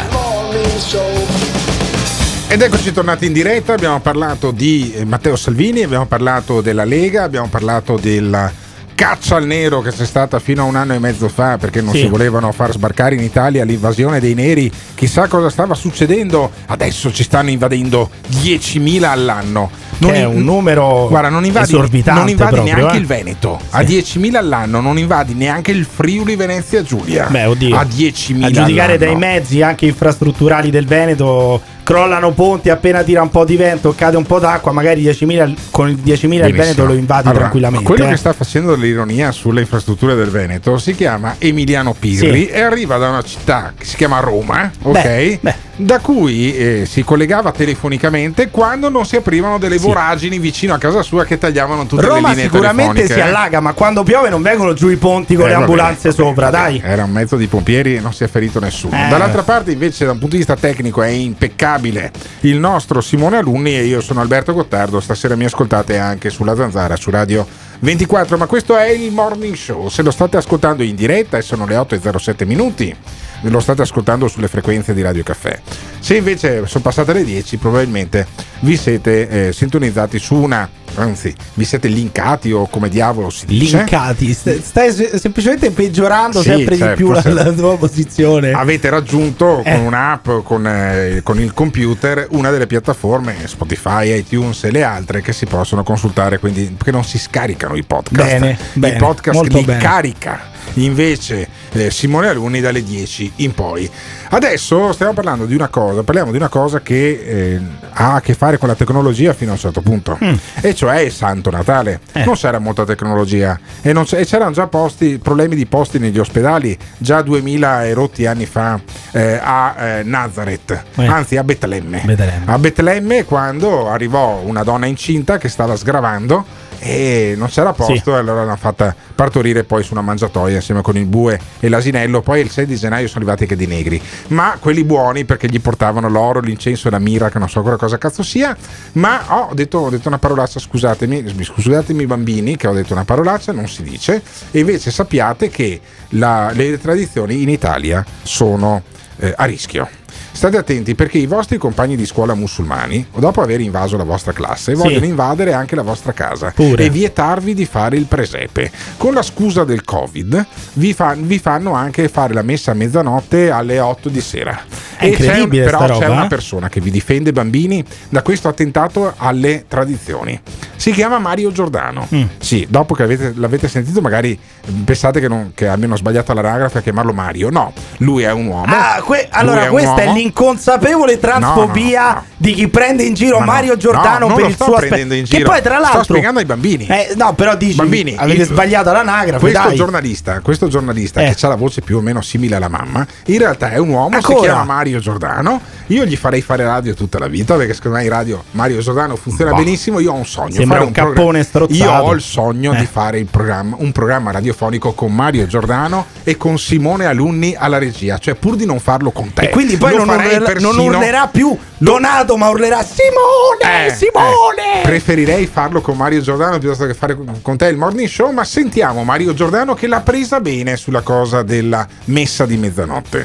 Ed eccoci tornati in diretta, abbiamo parlato di Matteo Salvini, abbiamo parlato della Lega, abbiamo parlato della caccia al nero che c'è stata fino a un anno e mezzo fa perché non sì. si volevano far sbarcare in Italia, l'invasione dei neri, chissà cosa stava succedendo, adesso ci stanno invadendo diecimila all'anno. Non che è un numero guarda, non invadi, esorbitante non invadi proprio, neanche eh? il Veneto. Sì. A diecimila all'anno non invadi neanche il Friuli Venezia Giulia. Beh, oddio. A diecimila a giudicare all'anno. dai mezzi anche infrastrutturali del Veneto, crollano ponti appena tira un po' di vento, cade un po' d'acqua, magari diecimila, con il diecimila il Veneto lo invadi allora, tranquillamente. Quello eh. che sta facendo l'ironia sulle infrastrutture del Veneto si chiama Emiliano Pirri sì. e arriva da una città che si chiama Roma, ok? Beh, beh. da cui eh, si collegava telefonicamente quando non si aprivano delle Sì. voragini vicino a casa sua che tagliavano tutte Roma le linee sicuramente telefoniche. si allaga, ma quando piove non vengono giù i ponti con Eh, le vabbè, ambulanze vabbè, sopra, vabbè. dai. Era un mezzo di pompieri e non si è ferito nessuno. Eh. Dall'altra parte invece da un punto di vista tecnico è impeccabile il nostro Simone Alunni e io sono Alberto Gottardo. Stasera mi ascoltate anche sulla Zanzara, su Radio ventiquattro, ma questo è il Morning Show. Se lo state ascoltando in diretta e sono le otto e zero sette minuti, lo state ascoltando sulle frequenze di Radio Caffè. Se invece sono passate le dieci, probabilmente vi siete eh, sintonizzati su una, anzi vi siete linkati o come diavolo si dice. Linkati, St- stai se- semplicemente peggiorando Sì, sempre certo, di più la, certo. la tua posizione. Avete raggiunto Eh. con un'app, con, eh, con il computer, una delle piattaforme Spotify, iTunes e le altre che si possono consultare, quindi che non si scaricano i podcast. Bene, bene, I podcast molto li bene. carica invece eh, Simone Alunni dalle dieci in poi. Adesso stiamo parlando di una cosa, parliamo di una cosa che eh, ha a che fare con la tecnologia fino a un certo punto, Mm. e cioè il Santo Natale. Eh. Non c'era molta tecnologia e, non c'è- e c'erano già posti, problemi di posti negli ospedali già duemila e rotti anni fa eh, a eh, Nazareth, Eh. anzi a Betlemme. Betlemme. A Betlemme, quando arrivò una donna incinta che stava sgravando e non c'era posto, e allora l'hanno fatta partorire poi su una mangiatoia insieme con il bue e l'asinello. Poi il sei di gennaio sono arrivati anche dei negri, ma quelli buoni perché gli portavano l'oro, l'incenso e la mirra, che non so ancora cosa cazzo sia. Ma oh, ho, detto, ho detto una parolaccia, scusatemi, scusatemi bambini che ho detto una parolaccia, non si dice. E invece sappiate che la- le tradizioni in Italia sono eh, a rischio. State attenti perché i vostri compagni di scuola musulmani, dopo aver invaso la vostra classe, Sì. vogliono invadere anche la vostra casa Pure. e vietarvi di fare il presepe. Con la scusa del Covid vi, fa- vi fanno anche fare la messa a mezzanotte alle otto di sera. È E c'è, incredibile però sta c'è roba, una eh? persona che vi difende, bambini, da questo attentato alle tradizioni. Si chiama Mario Giordano. Mm. Sì, dopo che avete- l'avete sentito magari pensate che, non, che abbiano sbagliato l'anagrafe a chiamarlo Mario. No, lui è un uomo. Ah, que- Lui allora un questa è uomo. l'inconsapevole transfobia No, no, no. di chi prende in giro Ma no, Mario Giordano no, non per lo il sto suo prendendo in Che giro. poi tra Sto l'altro spiegando ai bambini. Eh, no, però dici Bambini, avete il- sbagliato l'anagrafe, Questo dai. giornalista, questo giornalista Eh. che ha la voce più o meno simile alla mamma, in realtà è un uomo, Ancora? si chiama Mario Giordano. Io gli farei fare radio tutta la vita perché secondo me in radio Mario Giordano funziona Boh. benissimo. Io ho un sogno, Sembra fare un programma- cappone strozzato. Io ho il sogno Eh. di fare il programma, un programma radiofonico con Mario Giordano e con Simone Alunni alla regia, cioè pur di non farlo con te. E quindi poi lo non, farei urlerà, non persino- urlerà più Donato, ma urlerà Simone, Eh, Simone. eh, preferirei farlo con Mario Giordano piuttosto che fare con te il morning show, ma sentiamo Mario Giordano che l'ha presa bene sulla cosa della messa di mezzanotte.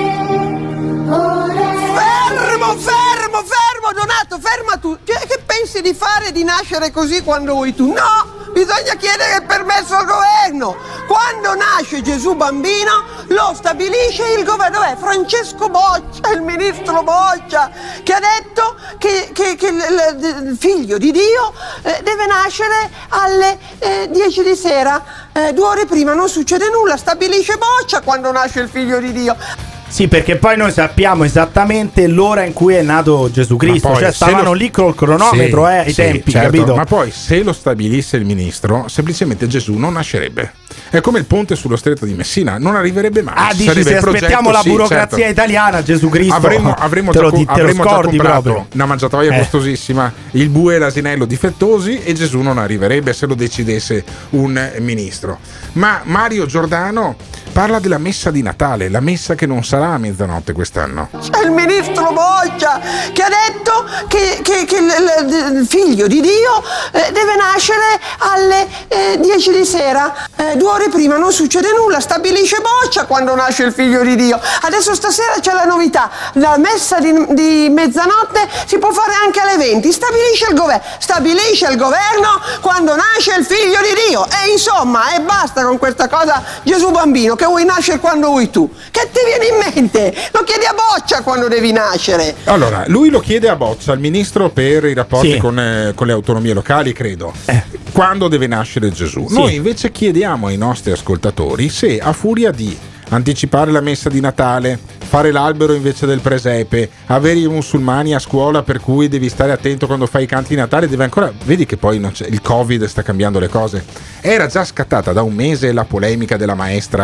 Fermo, fermo, fermo, Donato, ferma tu. Che, che pensi di fare di nascere così quando vuoi tu? No, bisogna chiedere il permesso al governo. Quando nasce Gesù bambino lo stabilisce il governo. Dov'è? Francesco Boccia, il ministro Boccia, che ha detto che, che- che il, il- il figlio di Dio eh, deve nascere alle eh, dieci di sera. Eh, due ore prima non succede nulla, stabilisce Boccia quando nasce il figlio di Dio. Sì, perché poi noi sappiamo esattamente l'ora in cui è nato Gesù Cristo, Ma poi, cioè se stavano lo- lì col cronometro Sì, eh, ai sì, tempi, certo, capito? ma poi se lo stabilisse il ministro, semplicemente Gesù non nascerebbe. È come il ponte sullo stretto di Messina, non arriverebbe mai. Ah, dici Sarebbe se il progetto, aspettiamo la sì, burocrazia certo. italiana, Gesù Cristo Avremmo, avremmo te già, lo, co- di- te lo avremmo già scordi comprato proprio. una mangiatoia Eh. costosissima, il bue e l'asinello difettosi, e Gesù non arriverebbe se lo decidesse un ministro. Ma Mario Giordano parla della messa di Natale, la messa che non sarà a mezzanotte quest'anno. C'è il ministro Boccia che ha detto che, che- che il, il- il figlio di Dio eh, deve nascere alle eh, dieci di sera. Eh, due ore prima non succede nulla, stabilisce Boccia quando nasce il figlio di Dio. Adesso stasera c'è la novità, la messa di, di mezzanotte si può fare anche alle venti, stabilisce il governo, stabilisce il governo quando nasce il figlio di Dio. E insomma, e basta con questa cosa Gesù bambino, che vuoi nascere quando vuoi tu. Che ti viene in mente? Lo chiedi a Boccia quando devi nascere. Allora, lui lo chiede a Boccia, al ministro per i rapporti Sì. con, eh, con le autonomie locali, credo. Quando deve nascere Gesù? Sì. Noi invece chiediamo ai nostri ascoltatori se a furia di anticipare la messa di Natale, fare l'albero invece del presepe, avere i musulmani a scuola per cui devi stare attento quando fai i canti di Natale, deve ancora, vedi che poi non c'è, il Covid sta cambiando le cose. Era già scattata da un mese la polemica della maestra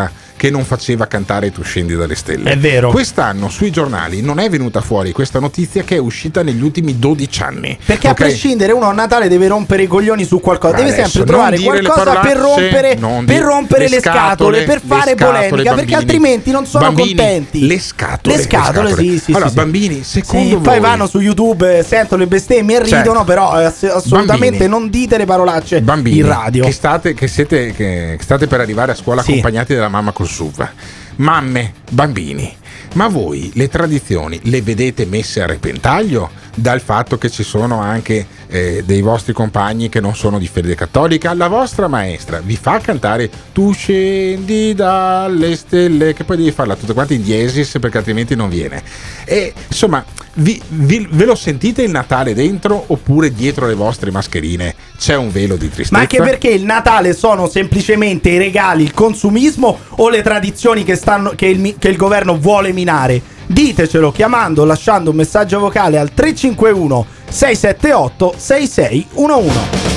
che non faceva cantare Tu scendi dalle stelle. È vero. Quest'anno sui giornali non è venuta fuori questa notizia che è uscita negli ultimi dodici anni. Perché okay? a prescindere uno a Natale deve rompere i coglioni su qualcosa, deve Adesso, sempre trovare qualcosa per rompere, non per di- rompere le, le scatole, scatole, per fare le scatole, polemica, bambini. perché altrimenti non sono Bambini, contenti. Le scatole, le scatole, le scatole. sì, sì, allora, sì, bambini, sì. secondo sì, voi poi vanno su YouTube, eh, sentono le bestemmie e Certo. ridono, però eh, ass- assolutamente Bambini. non dite le parolacce bambini in radio. Che state, che siete, che state per arrivare a scuola Sì. accompagnati dalla mamma col S U V. Mamme, bambini, ma voi le tradizioni le vedete messe a repentaglio dal fatto che ci sono anche eh, dei vostri compagni che non sono di fede cattolica? La vostra maestra vi fa cantare Tu scendi dalle stelle, che poi devi farla tutte quante in diesis perché altrimenti non viene. E insomma, vi, vi, ve lo sentite il Natale dentro oppure dietro le vostre mascherine c'è un velo di tristezza? Ma anche perché il Natale sono semplicemente i regali, il consumismo o le tradizioni che, stanno, che, il, che il governo vuole minare? Ditecelo chiamando, lasciando un messaggio vocale al tre cinque uno sei sette otto sei sei uno uno.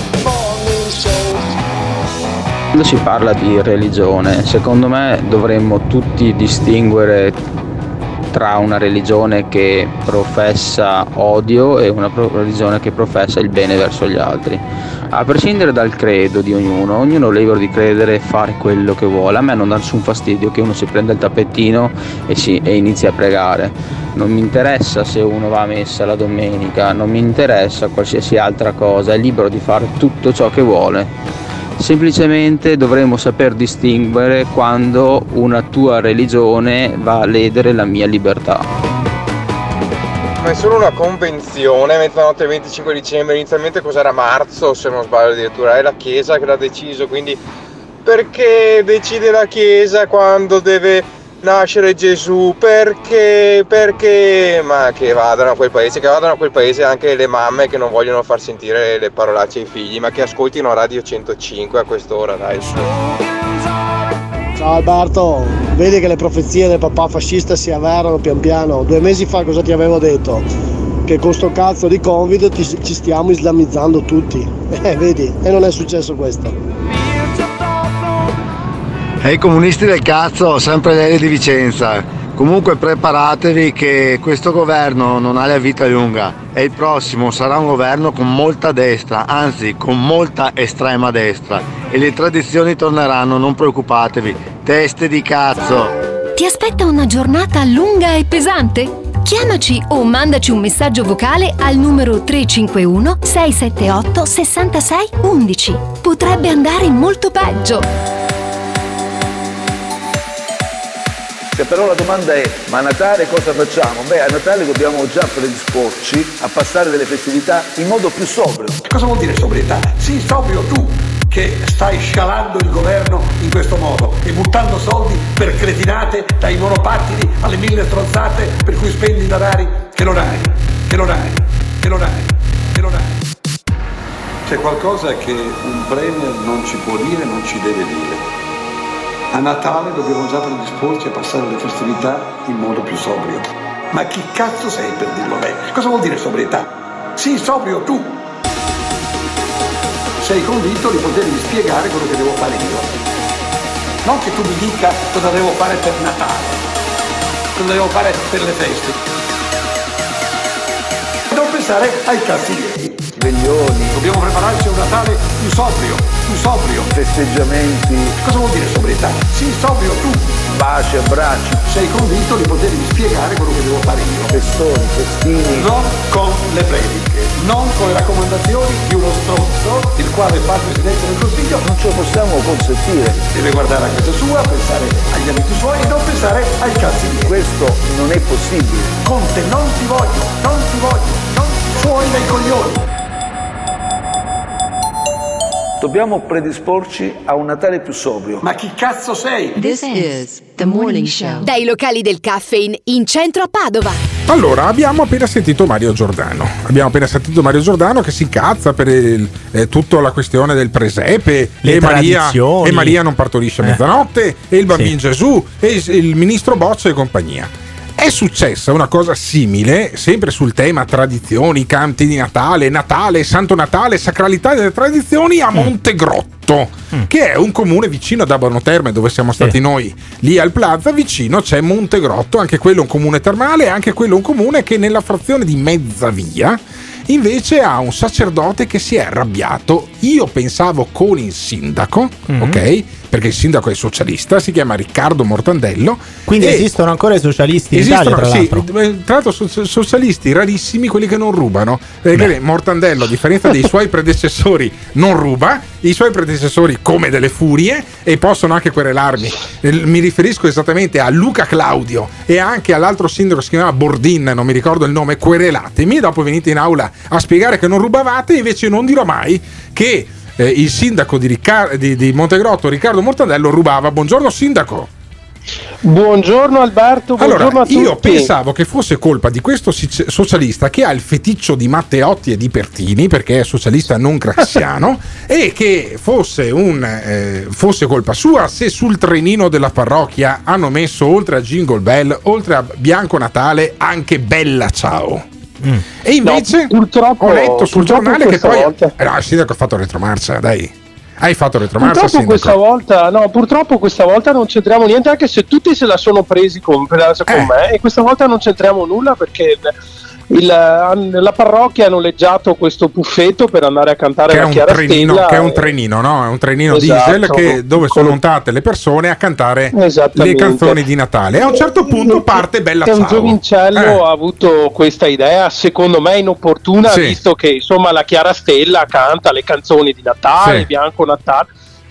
Quando si parla di religione, secondo me dovremmo tutti distinguere tra una religione che professa odio e una pro- religione che professa il bene verso gli altri. A prescindere dal credo di ognuno, ognuno è libero di credere e fare quello che vuole. A me non dà nessun fastidio che uno si prenda il tappettino e, si, e inizi a pregare. Non mi interessa se uno va a messa la domenica, non mi interessa qualsiasi altra cosa, è libero di fare tutto ciò che vuole. Semplicemente dovremmo saper distinguere quando una tua religione va a ledere la mia libertà. Ma è solo una convenzione, mezzanotte del venticinque dicembre, inizialmente cos'era marzo se non sbaglio addirittura, è la Chiesa che l'ha deciso, quindi perché decide la Chiesa quando deve nascere Gesù? Perché? Perché? Ma che vadano a quel paese, che vadano a quel paese anche le mamme che non vogliono far sentire le parolacce ai figli, ma che ascoltino Radio centocinque a quest'ora, dai. Ciao Alberto, vedi che le profezie del papà fascista si avverano pian piano. Due mesi fa cosa ti avevo detto? Che con sto cazzo di Covid ti, ci stiamo islamizzando tutti. Eh, vedi, e non è successo questo. E i comunisti del cazzo, sempre lei di Vicenza. Comunque preparatevi che questo governo non ha la vita lunga e il prossimo sarà un governo con molta destra, anzi con molta estrema destra, e le tradizioni torneranno, non preoccupatevi, teste di cazzo. Ti aspetta una giornata lunga e pesante? Chiamaci o mandaci un messaggio vocale al numero tre cinque uno sei sette otto sei sei uno uno. Potrebbe andare molto peggio. Se però la domanda è, ma a Natale cosa facciamo? Beh, a Natale dobbiamo già predisporci a passare delle festività in modo più sobrio. Cosa vuol dire sobrietà? Sì, sobrio tu, che stai scalando il governo in questo modo e buttando soldi per cretinate, dai monopattini alle mille stronzate per cui spendi denari che non hai, che non hai, che non hai, che non hai. C'è qualcosa che un premier non ci può dire, non ci deve dire. A Natale dobbiamo già predisporci a passare le festività in modo più sobrio. Ma chi cazzo sei per dirlo lei? Cosa vuol dire sobrietà? Sì, sobrio tu. Sei convinto di potermi spiegare quello che devo fare io. Non che tu mi dica cosa devo fare per Natale, cosa devo fare per le feste. Non pensare ai cazzi miei. Sveglioni. Dobbiamo prepararci a un Natale più sobrio, più sobrio. Festeggiamenti. Cosa vuol dire sobrietà? Sì, sobrio tu. Baci, abbracci. Sei convinto di potermi spiegare quello che devo fare io. Festoni, festini. Non con le prediche, non con le raccomandazioni di uno stronzo, il quale fa il Presidente del Consiglio. Non ce lo possiamo consentire. Deve guardare a casa sua, pensare agli amici suoi e non pensare ai cazzi miei. Questo non è possibile. Conte, non ti voglio, non ti voglio, non fuori dai coglioni. Dobbiamo predisporci a un Natale più sobrio. Ma chi cazzo sei? This is the morning show. Dai locali del Caffeine in centro a Padova. Allora, abbiamo appena sentito Mario Giordano. Abbiamo appena sentito Mario Giordano che si incazza per il, eh, tutta la questione del presepe, le e Maria, tradizioni. e Maria non partorisce a mezzanotte, eh. e il bambino sì. Gesù, e il ministro Boccia e compagnia. È successa una cosa simile, sempre sul tema tradizioni, canti di Natale, Natale, Santo Natale, sacralità delle tradizioni a Montegrotto, mm. che è un comune vicino ad Abano Terme, dove siamo stati sì. noi, lì al Plaza, vicino c'è Montegrotto, anche quello un comune termale, anche quello un comune che nella frazione di Mezzavia invece ha un sacerdote che si è arrabbiato, io pensavo con il sindaco, mm-hmm. ok? Perché il sindaco è socialista, si chiama Riccardo Mortandello. Quindi esistono ancora i socialisti in esistono, Italia, tra sì, l'altro. Tra l'altro so- socialisti rarissimi, quelli che non rubano. Perché Mortandello, a differenza dei suoi predecessori, non ruba, i suoi predecessori come delle furie, e possono anche querelarmi. Mi riferisco esattamente a Luca Claudio e anche all'altro sindaco che si chiamava Bordin, non mi ricordo il nome, querelatemi, dopo venite in aula a spiegare che non rubavate, invece non dirò mai che Eh, il sindaco di, Riccar- di, di Montegrotto, Riccardo Mortandello, rubava. Buongiorno sindaco. Buongiorno Alberto, buongiorno allora, a tutti. Io pensavo che fosse colpa di questo socialista che ha il feticcio di Matteotti e di Pertini, perché è socialista non craxiano, e che fosse, un, eh, fosse colpa sua se sul trenino della parrocchia hanno messo, oltre a Jingle Bell, oltre a Bianco Natale, anche Bella Ciao. Mm. E invece no, purtroppo, ho letto sul giornale che poi volta... eh no, il sindaco ha fatto retromarcia, dai. Hai fatto retromarcia, purtroppo sindaco. questa volta no, purtroppo questa volta non c'entriamo niente, anche se tutti se la sono presi con, con eh. me, e questa volta non c'entriamo nulla perché il, la parrocchia ha noleggiato questo puffetto per andare a cantare che la è Chiara trenino, Stella. Che è un trenino, no? È un trenino esatto, diesel che, dove sono montate le persone a cantare le canzoni di Natale. E a un certo punto parte Bella Ciao. Ciao. Un giovincello eh. ha avuto questa idea, secondo me inopportuna, sì. visto che insomma la Chiara Stella canta le canzoni di Natale, sì. Bianco Natale,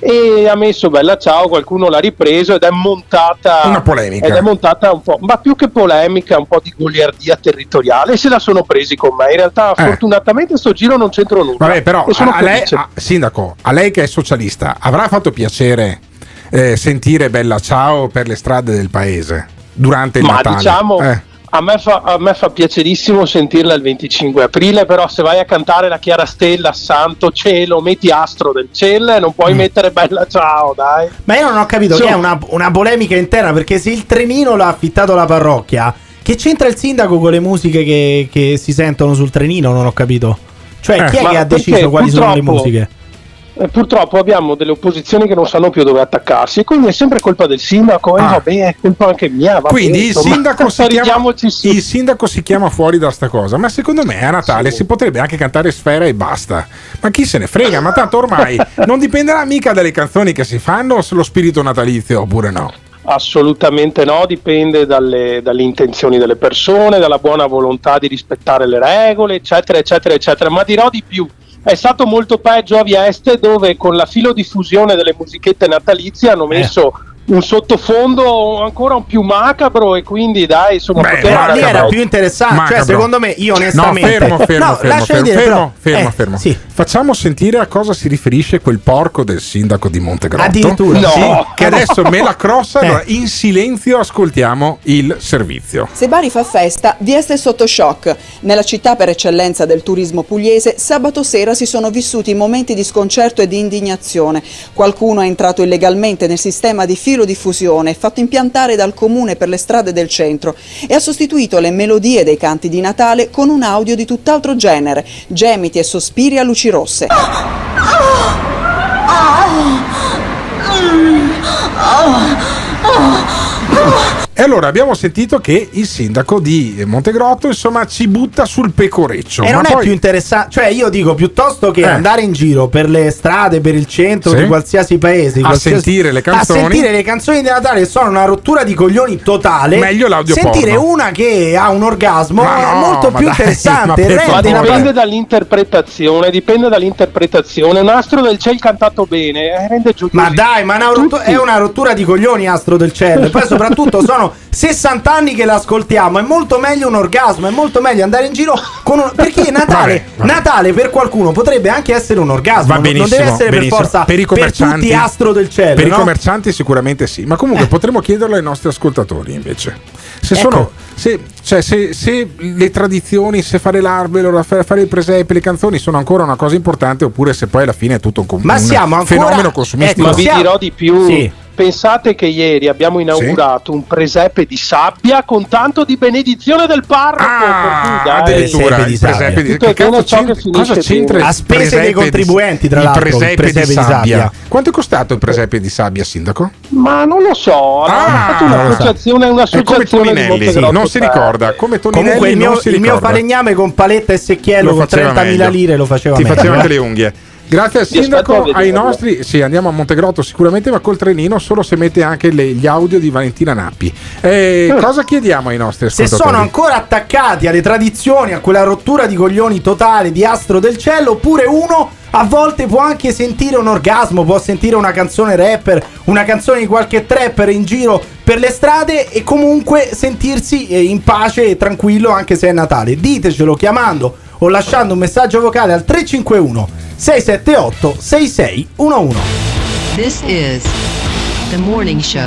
e ha messo Bella Ciao, qualcuno l'ha ripreso ed è montata una polemica, ed è montata un po', ma più che polemica, un po' di goliardia territoriale, e se la sono presi con me. In realtà eh. fortunatamente sto giro non c'entro nulla. Vabbè, però e sono a lei, a, sindaco, a lei che è socialista, avrà fatto piacere eh, sentire Bella Ciao per le strade del paese durante il ma Natale? Diciamo eh. A me, fa, a me fa piacerissimo sentirla il venticinque aprile, però se vai a cantare la Chiara Stella, santo cielo, metti Astro del Cielo, non puoi mm. mettere Bella Ciao, dai. Ma io non ho capito, so, che è una, una polemica interna, perché se il trenino l'ha affittato la parrocchia, che c'entra il sindaco con le musiche che, che si sentono sul trenino? Non ho capito. Cioè, eh, chi è che ha deciso quali sono le musiche? Eh, purtroppo abbiamo delle opposizioni che non sanno più dove attaccarsi, e quindi è sempre colpa del sindaco, e ah. vabbè, è colpa anche mia. Vabbè, quindi il sindaco, si chiama, su. il sindaco si chiama fuori da sta cosa, ma secondo me a Natale sì. si potrebbe anche cantare Sfera e basta. Ma chi se ne frega? Ma tanto ormai non dipenderà mica dalle canzoni che si fanno lo spirito natalizio, oppure no? Assolutamente no, dipende dalle, dalle intenzioni delle persone, dalla buona volontà di rispettare le regole, eccetera, eccetera, eccetera. Ma dirò di più. È stato molto peggio a Vieste, dove con la filodiffusione delle musichette natalizie hanno messo eh. un sottofondo ancora più macabro, e quindi dai, insomma, beh, ma lì era più interessante, macabro. Cioè secondo me, io onestamente no, fermo, fermo, no, fermo, fermo, dire, fermo, però, fermo, eh, fermo. Sì. Facciamo sentire a cosa si riferisce quel porco del sindaco di Montegrotto. Addirittura no. Sì, che adesso me la crossa. Allora, in silenzio ascoltiamo il servizio. Se Bari fa festa, Vieste è sotto shock. Nella città per eccellenza del turismo pugliese, sabato sera si sono vissuti momenti di sconcerto e di indignazione. Qualcuno è entrato illegalmente nel sistema di filodiffusione fatto impiantare dal comune per le strade del centro e ha sostituito le melodie dei canti di Natale con un audio di tutt'altro genere, gemiti e sospiri a luci rosse. E allora abbiamo sentito che il sindaco di Montegrotto insomma ci butta sul pecoreccio. E ma non poi... è più interessante, cioè io dico, piuttosto che eh. andare in giro per le strade, per il centro sì. di qualsiasi paese, a qualsiasi... sentire le canzoni, a sentire le canzoni di Natale, che sono una rottura di coglioni totale, meglio l'audio sentire porno. Una che ha un orgasmo ma è no, molto più dai, interessante. ma, ma dipende dall'interpretazione, dipende dall'interpretazione. Un Astro del Cielo cantato bene eh, rende giù. Ma dai, ma è una, rottura, è una rottura di coglioni Astro del Cielo. E poi soprattutto sono sessanta anni che l'ascoltiamo, è molto meglio un orgasmo, è molto meglio andare in giro con un... perché Natale, vabbè, vabbè. Natale per qualcuno potrebbe anche essere un orgasmo, va benissimo, non deve essere benissimo. per forza per, i commercianti, per tutti Astro del Cielo. Per no? i commercianti sicuramente sì, ma comunque eh. potremmo chiederlo ai nostri ascoltatori invece. Se ecco. sono se, cioè, se, se le tradizioni, se fare l'albero, fare il presepe, le canzoni sono ancora una cosa importante, oppure se poi alla fine è tutto un, com- ma siamo un ancora... fenomeno consumistico. Ecco, ma vi dirò di più. Sì. pensate che ieri abbiamo inaugurato sì? un presepe di sabbia con tanto di benedizione del parroco. Ah, cui, addirittura il presepe di sabbia. Che cazzo c'entra, cosa c'entra a spese dei contribuenti, tra l'altro, il presepe, il presepe di, di sabbia. sabbia. Quanto è costato il presepe di sabbia, sindaco? Ma non lo so, ah, fatto un'associazione, un'associazione come Toninelli, sì, non si ricorda. Come Toninelli, comunque il mio, non si il ricorda. mio falegname con paletta e secchiello con trentamila lire lo faceva ti meglio. faceva anche le unghie. Grazie al sindaco, ai nostri, sì, andiamo a Montegrotto sicuramente, ma col trenino solo se mette anche le, gli audio di Valentina Nappi. Eh, Mm. Cosa chiediamo ai nostri ascoltatori? Se sono ancora attaccati alle tradizioni, a quella rottura di coglioni totale di Astro del Cielo, oppure uno a volte può anche sentire un orgasmo, può sentire una canzone rapper, una canzone di qualche trapper in giro per le strade e comunque sentirsi in pace e tranquillo anche se è Natale. Ditecelo chiamando o lasciando un messaggio vocale al tre cinque uno sei sette otto sei sei uno uno. This is The Morning Show.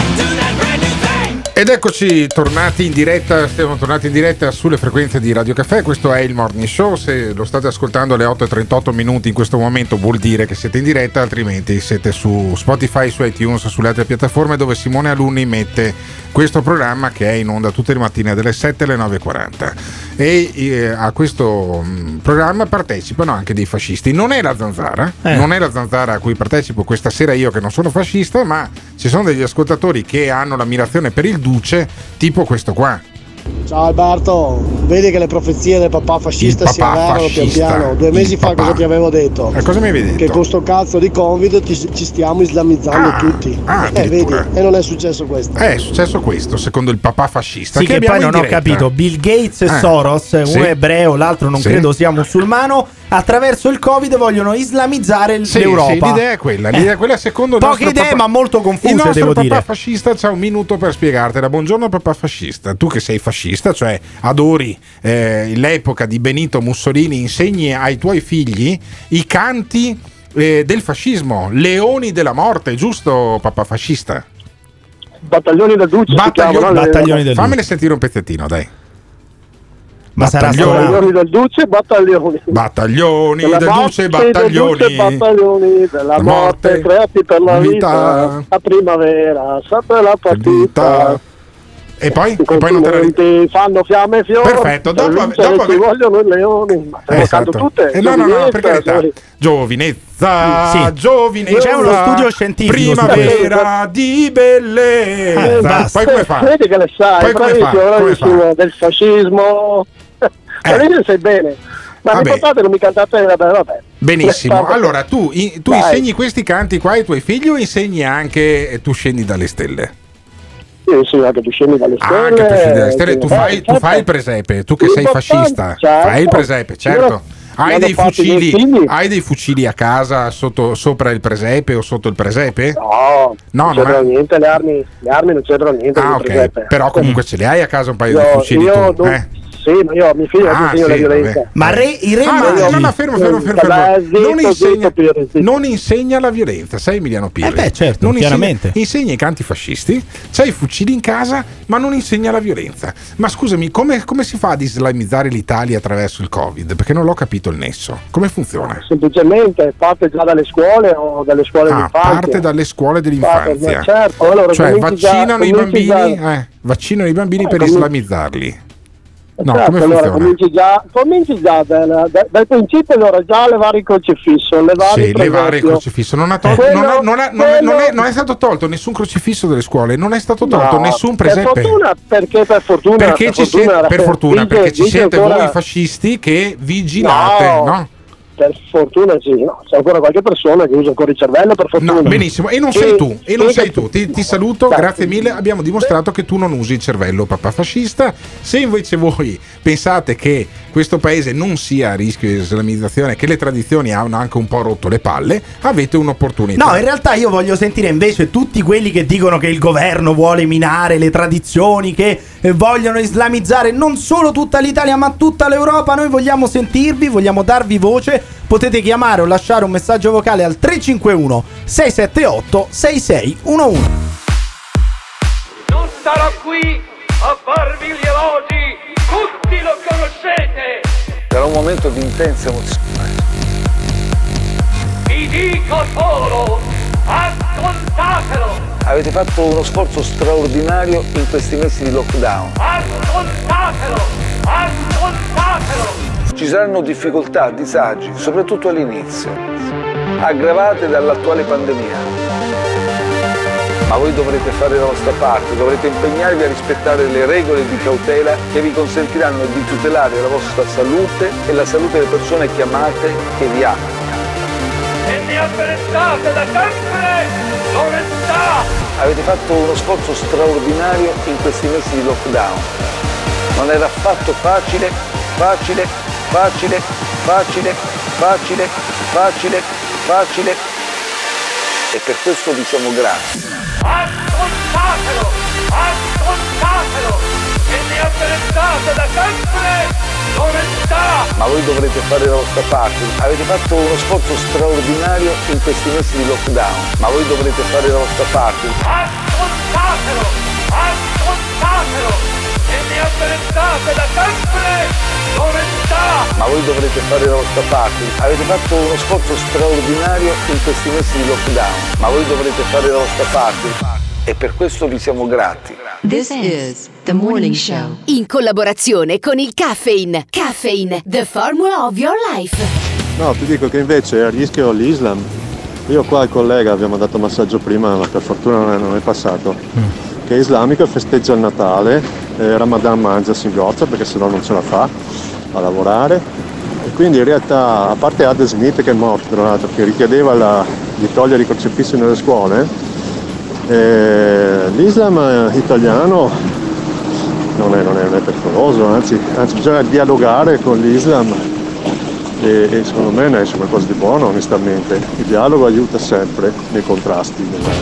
Ed eccoci tornati in diretta, siamo tornati in diretta sulle frequenze di Radio Caffè. Questo è il Morning Show. Se lo state ascoltando alle otto e trentotto minuti in questo momento vuol dire che siete in diretta, altrimenti siete su Spotify, su iTunes, sulle altre piattaforme dove Simone Alunni mette questo programma che è in onda tutte le mattine dalle sette alle nove e quaranta. E eh, a questo mh, programma partecipano anche dei fascisti. Non è la Zanzara, eh. non è la Zanzara a cui partecipo questa sera io che non sono fascista, ma ci sono degli ascoltatori che hanno l'ammirazione per il Duce, tipo questo qua. Ciao Alberto, vedi che le profezie del papà fascista papà si avverano pian fascista, piano. Due mesi fa papà. cosa ti avevo detto? E cosa mi avevi detto? Che con sto cazzo di Covid ti- ci stiamo islamizzando Ah, tutti. ah, eh, vedi, addirittura. e non è successo questo. Eh, È successo questo, secondo il papà fascista. Sì, che, abbiamo poi in non ho diretta. capito. Bill Gates e Eh, Soros, uno sì. è ebreo, l'altro non Sì. credo sia musulmano, attraverso il Covid vogliono islamizzare Sì, l'Europa. sì, l'idea è quella, l'idea è quella secondo il Poche nostro idee, papà- ma molto Il confuse, nostro devo papà dire. fascista c'ha un minuto per spiegartela. Buongiorno papà fascista. Tu che sei fascista, cioè adori eh, l'epoca di Benito Mussolini, insegni ai tuoi figli i canti eh, del fascismo, leoni della morte, giusto papà fascista? Battaglioni del Duce si Battaglioni, chiamano, le- battaglioni del Fammene sentire un pezzettino, dai. Ma sarà Battaglioni del Duce, battaglioni. Battaglioni Della del morte, Duce, battaglioni. del Duce, battaglioni della La morte, morte, creati per la vita. vita, la primavera, sempre la partita. E poi? I E poi non te la continenti fanno fiamme e fiori. Perfetto, per dopo- vincere dopo ci aver- vogliono i leoni. Ma stiamo Esatto. canto tutte. Eh, no, no, no, per giovinezza, carità. sì. Giovinezza, Sì. giovinezza. C'è uno studio scientifico su Primavera di bellezza. Eh, basta. Poi come fa? Vedi che le sai, Poi come fa? bravissimo, Come bravissimo, fa? del fascismo. Ma vedi che sei bene. Ma Vabbè. mi portate non mi cantate, vabbè, vabbè. Benissimo. Vabbè. Allora, tu, in- tu Dai. insegni questi canti qua ai tuoi figli o insegni anche eh, tu scendi dalle stelle? Io sì, anche tu scendi dalle Ah, stelle. anche tu scendi dalle stelle. sì, Tu eh, fai, tu certo. fai il presepe, tu che sei Importante, fascista, certo. fai il presepe, Io certo. l'ho- Hai l'hanno dei, fatto i miei fucili, figli. hai dei fucili a casa sotto, sopra il presepe o sotto il presepe? No, No, non non c'entrano è- niente, le armi, le armi non c'entrano niente. Ah, con il ok. presepe. Però comunque ce li hai a casa un paio Io- di fucili io tu, non- eh? Sì, ma io a mio figlio non Ah, insegno sì, la violenza. vabbè. Ma re, i re Ah, magi- no, no, no, fermo, fermo, fermo, fermo. Dai, zitto, Non zitto, insegna, Pirri, zitto. non insegna la violenza, sai Emiliano Pirri? Eh beh, certo, non insegna, chiaramente. insegna i canti fascisti, c'hai i fucili in casa, ma non insegna la violenza. Ma scusami, come, come si fa ad islamizzare l'Italia attraverso il Covid? Perché non l'ho capito il nesso. Come funziona? Semplicemente parte già dalle scuole o dalle scuole Ah, d'infanzia. parte dalle scuole dell'infanzia. Parte- certo, allora cioè cominci già- vaccinano i cominci bambini, già- eh, vaccinano i bambini Eh, per cominci- islamizzarli. No, Certo, come allora funziona? cominci già, cominci già dal, dal- dal principio, allora già a levare il crocifisso, levare Sì, il levare il presepio. crocifisso. Non, ha tol- Quello- non, ha- non ha- non è- non è, quello- non è stato tolto nessun crocifisso delle scuole, non è stato tolto No, nessun per presepe. fortuna, perché per fortuna, Perché per ci fortuna, siete, la- per fortuna, vige- perché ci vige siete ancora- voi fascisti che vigilate, No. no? Per fortuna sì, no, c'è ancora qualche persona che usa ancora il cervello, per fortuna. No, benissimo, e non Sì, sei tu, e non sì, sei che- tu. Ti, ti saluto, Dai. grazie mille. Abbiamo dimostrato che tu non usi il cervello, papà fascista. Se invece voi pensate che questo paese non sia a rischio di islamizzazione, che le tradizioni hanno anche un po' rotto le palle, avete un'opportunità. No, in realtà io voglio sentire invece tutti quelli che dicono che il governo vuole minare le tradizioni, che eh, vogliono islamizzare non solo tutta l'Italia ma tutta l'Europa. Noi vogliamo sentirvi, vogliamo darvi voce. Potete chiamare o lasciare un messaggio vocale al tre cinque uno sei sette otto sei sei uno uno. Non starò qui a farvi gli elogi, tutti lo conoscete. Era un momento di intensa emozione. Vi dico solo, attenzione! Ascoltatelo! Avete fatto uno sforzo straordinario in questi mesi di lockdown. Ascoltatelo! Ascoltatelo! Ci saranno difficoltà, disagi, soprattutto all'inizio, aggravate dall'attuale pandemia. Ma voi dovrete fare la vostra parte, dovrete impegnarvi a rispettare le regole di cautela che vi consentiranno di tutelare la vostra salute e la salute delle persone che amate e vi amano. E ne apprezzate da sempre l'onestà! Avete fatto uno sforzo straordinario in questi mesi di lockdown. Non era affatto facile, facile, facile, facile, facile, facile, facile. E per questo diciamo grazie. Ascoltatelo! Ascoltatelo! E ne apprezzate da sempre l'onestà! Ma voi dovrete fare la vostra parte. Avete fatto uno sforzo straordinario in questi mesi di lockdown. Ma voi dovrete fare la vostra parte. Ascoltatelo! Ascoltatelo! E ne apprezzate da sempre l'onestà! Ma voi dovrete fare la vostra parte. Avete fatto uno sforzo straordinario in questi mesi di lockdown. Ma voi dovrete fare la vostra parte. E per questo vi siamo grati. This is The Morning Show. In collaborazione con il Caffeine. Caffeine, the formula of your life. No, ti dico che invece è a rischio l'Islam. Io qua al collega abbiamo dato massaggio prima, ma per fortuna non è, non è passato. Mm. Che è islamico, festeggia il Natale, eh, Ramadan mangia, si ingozza perché sennò non ce la fa a lavorare. E quindi in realtà, a parte Adam Smith che è morto tra l'altro, che richiedeva la, di togliere i crocefissi nelle scuole, eh, l'Islam italiano non è, non è, non è pericoloso, anzi, anzi bisogna dialogare con l'Islam e, e secondo me ne esce qualcosa di buono, onestamente. Il dialogo aiuta sempre nei contrasti.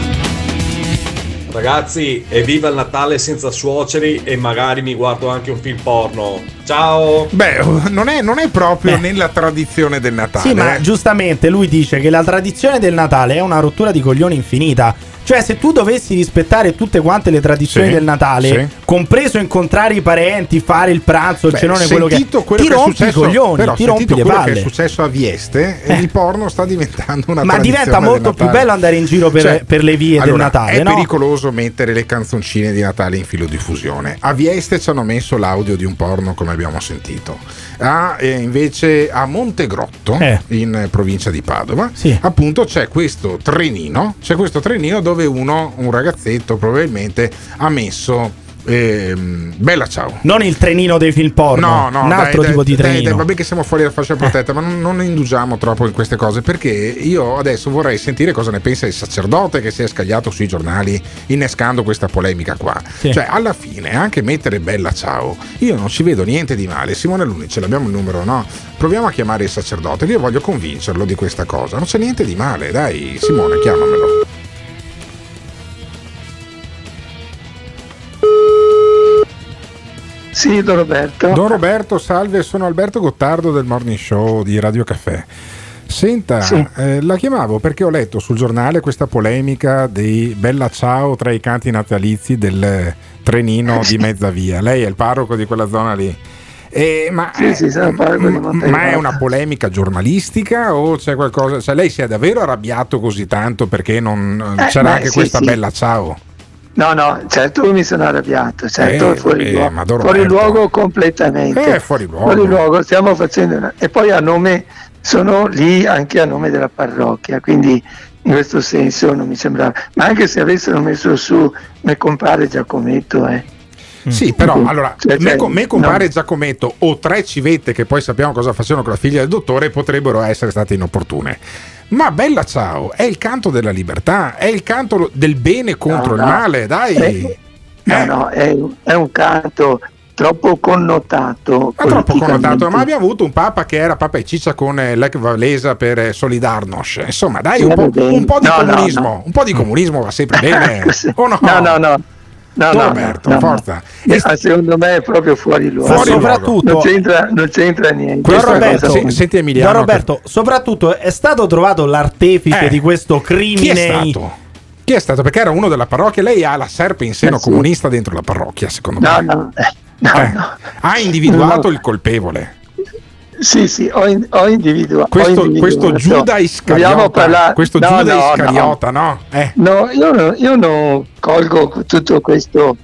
Ragazzi, evviva il Natale senza suoceri e magari mi guardo anche un film porno. Ciao! Beh, non è, non è proprio Beh. nella tradizione del Natale. Sì, ma giustamente lui dice che la tradizione del Natale è una rottura di coglioni infinita. Cioè, se tu dovessi rispettare tutte quante le tradizioni sì, del Natale, sì. compreso incontrare i parenti, fare il pranzo, il Beh, cenone, quello che quello ti che rompi successo, i coglioni, però, ti rompi le quello palle. Che è successo a Vieste, eh. il porno sta diventando una Ma tradizione diventa molto più bello andare in giro per, cioè, per le vie allora, del Natale, è no? pericoloso mettere le canzoncine di Natale in filodiffusione. A Vieste ci hanno messo l'audio di un porno, come abbiamo sentito. A, eh, invece a Montegrotto, eh. in provincia di Padova, sì. appunto c'è questo trenino, c'è questo trenino dove uno, un ragazzetto probabilmente ha messo ehm, Bella ciao. Non il trenino dei film porno, no, no, un altro dai, tipo dai, di trenino. Dai, dai, vabbè che siamo fuori dalla fascia protetta, eh. ma non, non indugiamo troppo in queste cose, perché io adesso vorrei sentire cosa ne pensa il sacerdote che si è scagliato sui giornali innescando questa polemica qua. Sì. Cioè, alla fine anche mettere Bella ciao, io non ci vedo niente di male. Simone Luni, ce l'abbiamo il numero, no? Proviamo a chiamare il sacerdote, che io voglio convincerlo di questa cosa. Non c'è niente di male, dai Simone, chiamamelo. Sì, Don Roberto. Don Roberto, salve, sono Alberto Gottardo del Morning Show di Radio Caffè. Senta, sì. eh, la chiamavo perché ho letto sul giornale questa polemica di Bella ciao tra i canti natalizi del trenino di mezza via. Lei è il parroco di quella zona lì. Eh, ma, sì, sì, sì, ma, ma è una polemica giornalistica o c'è qualcosa? Cioè, lei si è davvero arrabbiato così tanto perché non eh, c'era beh, anche sì, questa sì. Bella ciao? No, no, certo mi sono arrabbiato, certo, eh, fuori, eh, luogo, fuori luogo completamente. Eh, fuori luogo. Fuori luogo, stiamo facendo una... E poi a nome, sono lì anche a nome della parrocchia, quindi in questo senso non mi sembrava. Ma anche se avessero messo su me compare Giacometto, eh. Sì, però allora cioè, me, cioè, me compare no. Giacometto o tre civette che poi sappiamo cosa facevano con la figlia del dottore potrebbero essere state inopportune. Ma Bella ciao è il canto della libertà, è il canto del bene contro no, il no. male, dai. Eh, no, eh. no, è, è un canto troppo connotato. Ma troppo connotato, ma abbiamo avuto un papa che era papa e ciccia con Lech Walesa per Solidarnosc. Insomma, dai, un po', un po' di no, comunismo, no, no. un po' di comunismo va sempre bene. O no? No, no, no. No, no, Roberto, no, no, forza. No. E secondo me è proprio fuori luogo. Fuori soprattutto non c'entra, non c'entra niente. Don Roberto, se, senti Emiliano. Don Roberto, che... soprattutto è stato trovato l'artefice eh, di questo crimine. Chi è stato? Chi è stato? Perché era uno della parrocchia. Lei ha la serpe in seno eh, sì. comunista dentro la parrocchia, secondo no, me. No, no, eh, no. Ha individuato no. il colpevole. Sì, sì, ho, in, ho individuato. Questo, ho individuato. questo Giuda Iscariota, parlare... questo no, Giuda no, Iscariota, no? No, eh. no io, no io non colgo tutto questo.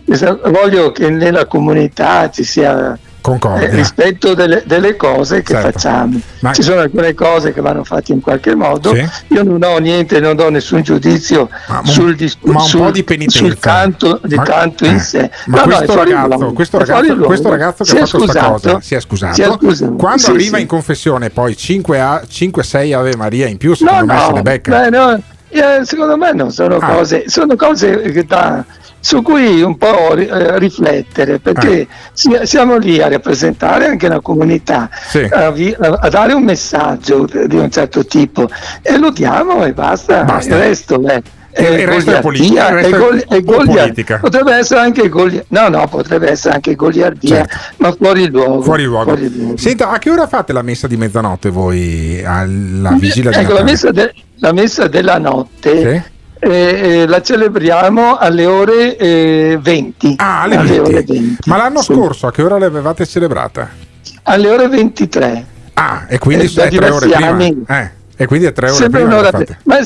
Voglio che nella comunità ci sia eh, rispetto delle, delle cose che certo. facciamo. Ma... Ci sono alcune cose che vanno fatte in qualche modo. Sì. Io non ho niente, non do nessun giudizio ma sul, discu- ma un sul, po' di penitenza. sul canto, di ma, canto in sé. Ma no, questo, no, ragazzo, questo, ragazzo, questo ragazzo che ha fatto questa cosa si è scusato. Si è scusato. Quando sì, arriva sì. in confessione poi cinque sei Ave Maria in più, secondo no, me no, se le becca. Beh, no, eh, secondo me non sono ah. cose, sono cose che da su cui un po' eh, riflettere, perché eh. si, siamo lì a rappresentare anche la comunità, sì. a, a, a dare un messaggio di un certo tipo e lo diamo e basta, basta. il resto è, è il resto è politica, è gol, è politica. Potrebbe essere anche goli, no no potrebbe essere anche goliardia, certo. ma fuori luogo, fuori luogo. Fuori luogo. Senta, a che ora fate la messa di mezzanotte voi alla vigilia di ecco, Natale? La messa, de, la messa della notte sì. Eh, la celebriamo alle ore eh, venti. Ah, alle alle venti. Ore venti. Ma l'anno sì. scorso a che ora l'avevate celebrata? Alle ore ventitré. Ah, e quindi eh, è tre ore anni. prima. Eh, e quindi è tre ore Sempre prima. Un'ora per... Ma,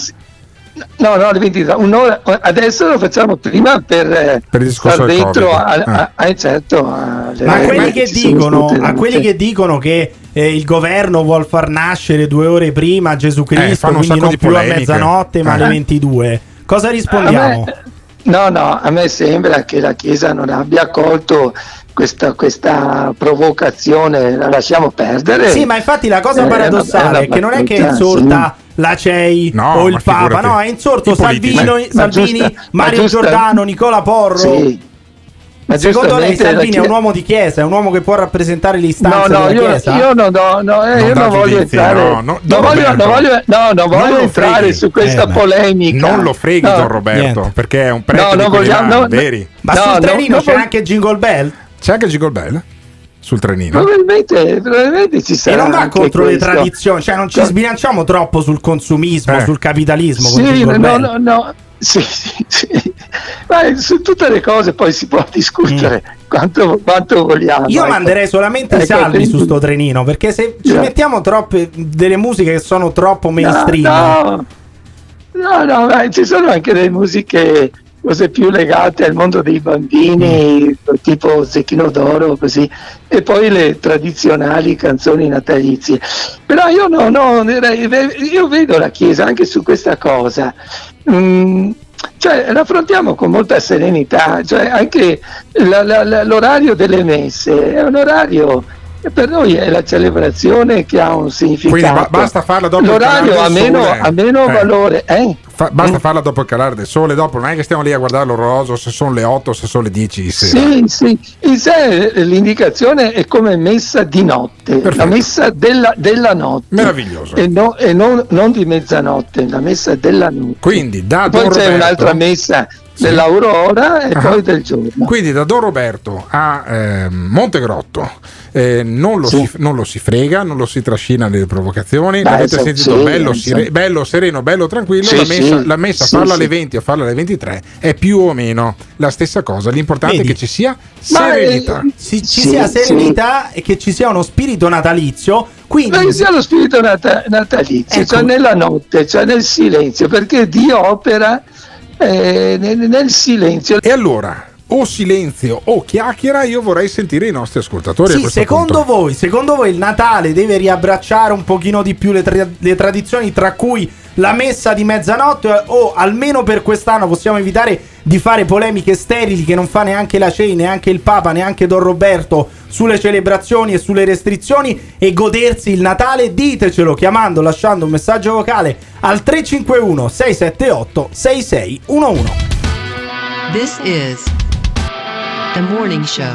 no, no, alle ventitré. Un'ora... Adesso lo facciamo prima per, per il discorso star dentro a, a, a, a, certo, a, ma a quelli che dicono, a quelli che dicono che Eh, il governo vuol far nascere due ore prima Gesù Cristo, eh, quindi non più polemiche. A mezzanotte ma alle ventidue. Cosa rispondiamo? A me, no, no, a me sembra che la Chiesa non abbia colto questa, questa provocazione, la lasciamo perdere. Sì, ma infatti la cosa paradossale è, è che non è che è insorta sì. la C E I no, o il Papa, no, è insorto Salvini, ma, Salvini ma giusta, Mario ma Giordano, Nicola Porro. Sì. Ma secondo lei Salvini è un uomo di chiesa, è un uomo che può rappresentare le istanze no, no, della io, chiesa? Io no, no, no, eh, non io non voglio entrare, no, no, non voglio, non voglio, no, non voglio non entrare freghi. su questa eh, polemica. Non lo freghi no. Don Roberto, niente. Perché è un prete no, di quelli vogliamo, là, no, veri. Ma no, sul no, trenino no, c'è no, anche Jingle Bell? C'è anche Jingle Bell? Sul trenino? Probabilmente, probabilmente ci sarà. E non va contro questo. le tradizioni, cioè non ci sbilanciamo troppo sul consumismo, eh. sul capitalismo. Sì, no, no, no, no. Sì, sì, sì. Ma su tutte le cose poi si può discutere mm. quanto, quanto vogliamo. Io ecco. manderei solamente ecco, i salmi quindi... su sto trenino, perché se ci yeah. mettiamo troppe delle musiche che sono troppo mainstream. No, no, no, no ci sono anche delle musiche cose più legate al mondo dei bambini, mm. tipo Zecchino d'Oro, così, e poi le tradizionali canzoni natalizie. Però io no, no, io vedo la Chiesa anche su questa cosa. Mm, cioè l'affrontiamo con molta serenità, cioè anche la, la, la, l'orario delle messe è un orario che per noi è la celebrazione che ha un significato. Quindi ba- basta farla dopo l'orario il calare del ha meno, sole. ha meno eh. valore eh? Fa- basta mm. farla dopo il calare del sole, dopo non è che stiamo lì a guardare l'orologio se sono le otto, se sono le dieci di sera. Sì, sì, in sé l'indicazione è come messa di notte. Perfetto. La messa della, della notte. Meraviglioso. E, no, e non, non di mezzanotte, la messa della notte. Quindi da Poi Don c'è Roberto, un'altra messa sì. dell'aurora e ah. poi del giorno. Quindi da Don Roberto a eh, Montegrotto eh, non, lo sì. si, non lo si frega, non lo si trascina nelle provocazioni. Beh, l'avete so, sentito sì, bello, sì. sire, bello, sereno, bello, tranquillo. Sì, la messa, sì. la messa sì, farla sì. alle venti o farla alle ventitré è più o meno la stessa cosa. L'importante Vedi? è che ci sia Ma serenità. È, ci, ci sì, sia serenità sì. e che ci sia uno spirito natalizio. Quindi Ma che sia lo spirito nata- natalizio, ecco. cioè nella notte, cioè nel silenzio, perché Dio opera eh, nel, nel silenzio. E allora, o silenzio o chiacchiera, io vorrei sentire i nostri ascoltatori. Sì, a questo secondo punto. voi, secondo voi il Natale deve riabbracciare un pochino di più le, tra- le tradizioni, tra cui la messa di mezzanotte, o almeno per quest'anno possiamo evitare di fare polemiche sterili che non fa neanche la C E I, neanche il Papa, neanche Don Roberto sulle celebrazioni e sulle restrizioni, e godersi il Natale? Ditecelo chiamando, lasciando un messaggio vocale al tre cinque uno sei sette otto sei sei uno uno. This is The Morning Show.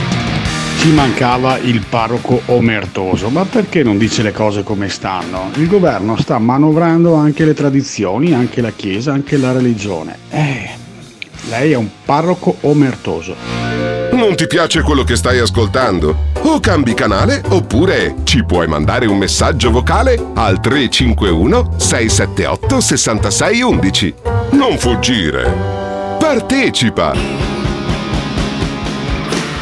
Ci mancava il parroco omertoso, ma perché non dice le cose come stanno? Il governo sta manovrando anche le tradizioni, anche la Chiesa, anche la religione. Eh, lei è un parroco omertoso. Non ti piace quello che stai ascoltando? O cambi canale oppure ci puoi mandare un messaggio vocale al tre cinque uno sei sette otto sei sei uno uno. Non fuggire. Partecipa!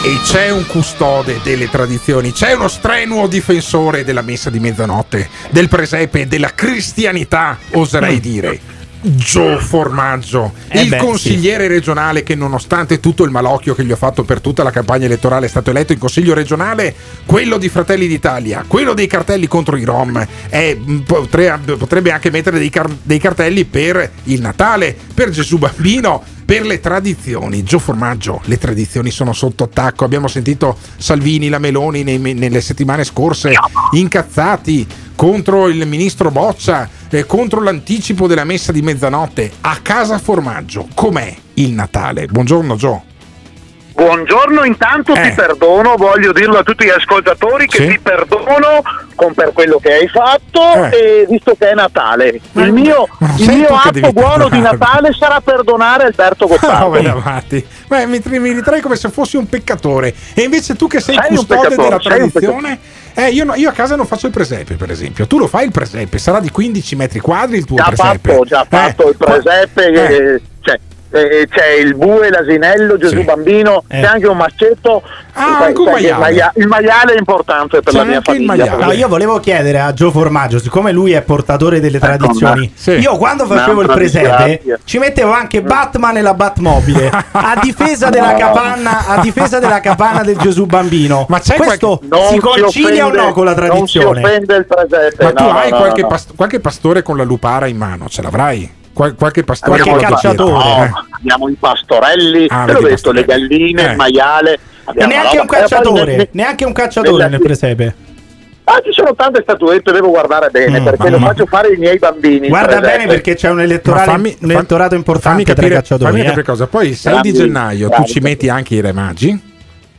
E c'è un custode delle tradizioni, c'è uno strenuo difensore della messa di mezzanotte, del presepe e della cristianità, oserei dire. Gio Formaggio, eh il beh, consigliere sì. regionale che nonostante tutto il malocchio che gli ho fatto per tutta la campagna elettorale è stato eletto in consiglio regionale, quello di Fratelli d'Italia, quello dei cartelli contro i Rom, è, potrebbe, potrebbe anche mettere dei, car- dei cartelli per il Natale, per Gesù Bambino, per le tradizioni. Gio Formaggio, le tradizioni sono sotto attacco. Abbiamo sentito Salvini, la Meloni nei, nelle settimane scorse incazzati contro il ministro Boccia, eh, contro l'anticipo della messa di mezzanotte. A casa Formaggio, com'è il Natale? Buongiorno Gio. Buongiorno, intanto Eh. ti perdono, voglio dirlo a tutti gli ascoltatori che Sì. ti perdono con per quello che hai fatto, Eh. e visto che è Natale. Il mio, Ma il sei mio tu che atto devi buono di perdonarmi. Natale sarà perdonare Alberto Ah, Gottardo. vai avanti. Beh, mi, mi ritrae come se fossi un peccatore. E invece tu che sei, Sei un custode peccatore, della sei un tradizione. Eh, io, no- io a casa non faccio il presepe, per esempio. Tu lo fai il presepe, sarà di quindici metri quadri il tuo Già presepe. fatto, già fatto Eh, il presepe, eh. eh, cioè, eh, c'è il bue, l'asinello, Gesù Sì. Bambino, Eh. c'è anche un mascetto. Ah, Sai- anche un sai che il maiale. maia- il maiale è importante per C'è la mia anche il famiglia. maiale. No, io volevo chiedere a Gio Formaggio, siccome lui è portatore delle tradizioni, Sì. io quando facevo il Un'altra presepe disgrazia. ci mettevo anche Batman e la Batmobile a difesa della No. capanna, a difesa della capanna del Gesù Bambino. Ma c'è questo Non si concilia o offende- no con la Non si tradizione? offende il presepe. Ma tu no, no, hai no, qualche, no. past- qualche pastore con la lupara in mano? Ce l'avrai? Qual- qualche pastore Qualche con la cacciatore. doppietta? No, abbiamo i pastorelli, Ah, te l'ho vedi, detto, le pastorelli. galline, Eh. il maiale. E abbiamo neanche la un roba- e poi cacciatore, ne- neanche un cacciatore nella- nel presepe. Ah, ci sono tante statuette, devo guardare bene Mm, perché ma- lo ma- faccio fare ai miei bambini. il Guarda presepe. bene perché c'è un elettorale- Ma fammi- un elettorato fammi importante tra i capire, cacciatori. fammi eh. capire cosa. Poi il sei di Bravi, gennaio bravi. tu ci metti anche i re magi?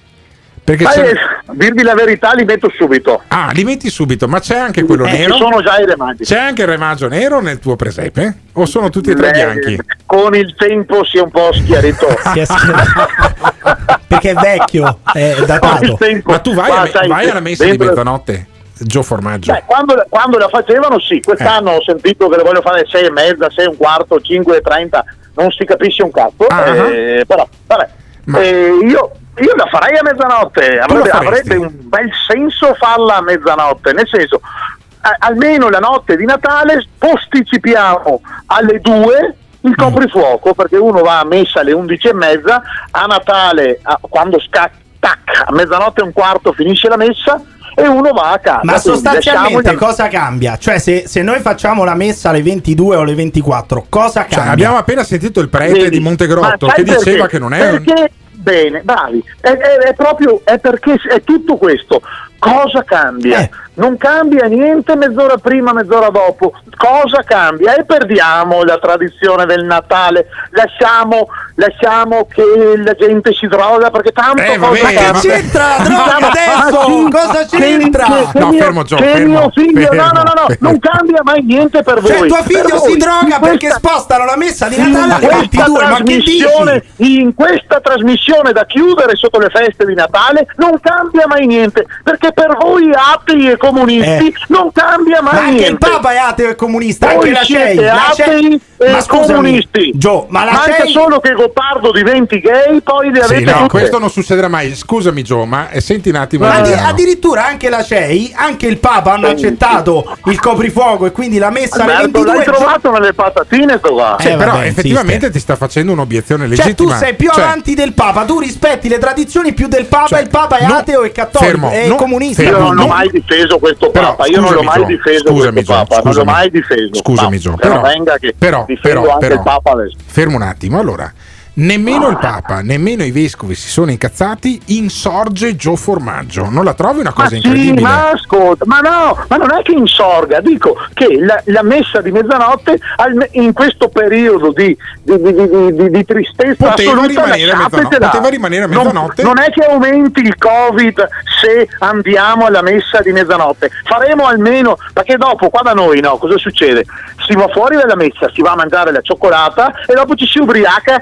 Perché Ma, c'è... eh, dirvi la verità, li metto subito. Ah, li metti subito, ma c'è anche quello Eh, nero? ci sono già i re magi. C'è anche il re magio nero nel tuo presepe? O sono tutti e tre Eh, bianchi? Con il tempo si è un po' schiarito. Si è schierato. Perché è vecchio, è Con il datato. tempo. Ma tu vai, Ma a- sai, vai alla messa dentro- di mezzanotte, Gio Formaggio? Beh, quando, quando la facevano sì, quest'anno Eh. ho sentito che le voglio fare sei e mezza, sei e un quarto, cinque e trenta, non si capisce un cazzo, Ah, eh, però vabbè. Ma- Eh, io, io la farei a mezzanotte, Tu lo avrebbe, faresti? avrebbe un bel senso farla a mezzanotte, nel senso, a- almeno la notte di Natale posticipiamo alle due il coprifuoco, perché uno va a messa alle undici e mezza, a Natale a- quando scacca, tac, a mezzanotte e un quarto finisce la messa e uno va a casa. Ma Quindi sostanzialmente lasciamogli- cosa cambia? Cioè se, se noi facciamo la messa alle ventidue o alle ventiquattro, cosa Cioè, cambia? abbiamo appena sentito il prete Vedi, di Montegrotto ma che sai diceva perché? che non è un... Perché, bene, bravi, è, è- è proprio, è perché è tutto questo. Cosa cambia? Eh. Non cambia niente mezz'ora prima, mezz'ora dopo. Cosa cambia? E perdiamo la tradizione del Natale. Lasciamo, lasciamo che la gente si droga perché tanto Eh, cosa vabbè, cambia? ma- c'entra la droga Diciamo, adesso? ah, sì, Cosa che- c'entra? che- che No, mio- fermo, Gio, che fermo, mio figlio, fermo, no, no, no, no, fermo. non cambia mai niente per voi. Cioè tuo Per figlio voi. si droga In perché questa- spostano la messa di in Natale alle questa ventidue, ma che trasmissione- dici? in questa trasmissione da chiudere sotto le feste di Natale non cambia mai niente, perché per voi atei e comunisti Eh. non cambia mai Ma anche niente. il Papa è ateo e comunista, Voi anche la C E I. siete La C E I atei e Ma scusami, comunisti. Gio, ma la Manca C E I solo che Gottardo diventi gay, poi le Sì, avete no, tutte. questo non succederà mai. Scusami Gio, ma eh, senti un attimo Ma addi- Emiliano. addirittura anche la C E I, anche il Papa hanno accettato il coprifuoco e quindi la messa alle Alberto, ventidue. l'hai trovato nelle patatine sto qua. Sì, Eh, però vabbè, effettivamente insiste. ti sta facendo un'obiezione Cioè legittima. tu sei più Cioè, avanti del Papa, tu rispetti le tradizioni più del Papa, Cioè, il Papa è no, ateo e cattolico, fermo, è no, comunista. Io fermo, non ho no. mai difeso questo Però, Papa, io non l'ho scusami, mai Gio, difeso scusami, questo Gio, Papa, non l'ho scusami. mai difeso. Scusami, No, Gio, che però- non venga che però- difendo però- anche però- il Papa adesso. Fermo un attimo, allora. Nemmeno il Papa, nemmeno i vescovi si sono incazzati, insorge Gio Formaggio. Non la trovi una cosa Ma sì, incredibile? ma ascolta, ma no, ma non è che insorga, dico che la, la messa di mezzanotte al- in questo periodo di, di, di, di, di, di tristezza Poteva assoluta rimanere a mezzanotte, lasciatela. poteva rimanere a Non- mezzanotte. Non, è che aumenti il Covid se andiamo alla messa di mezzanotte, faremo almeno, perché dopo qua da noi no, cosa succede? Si va fuori dalla messa, si va a mangiare la cioccolata e dopo ci si ubriaca Con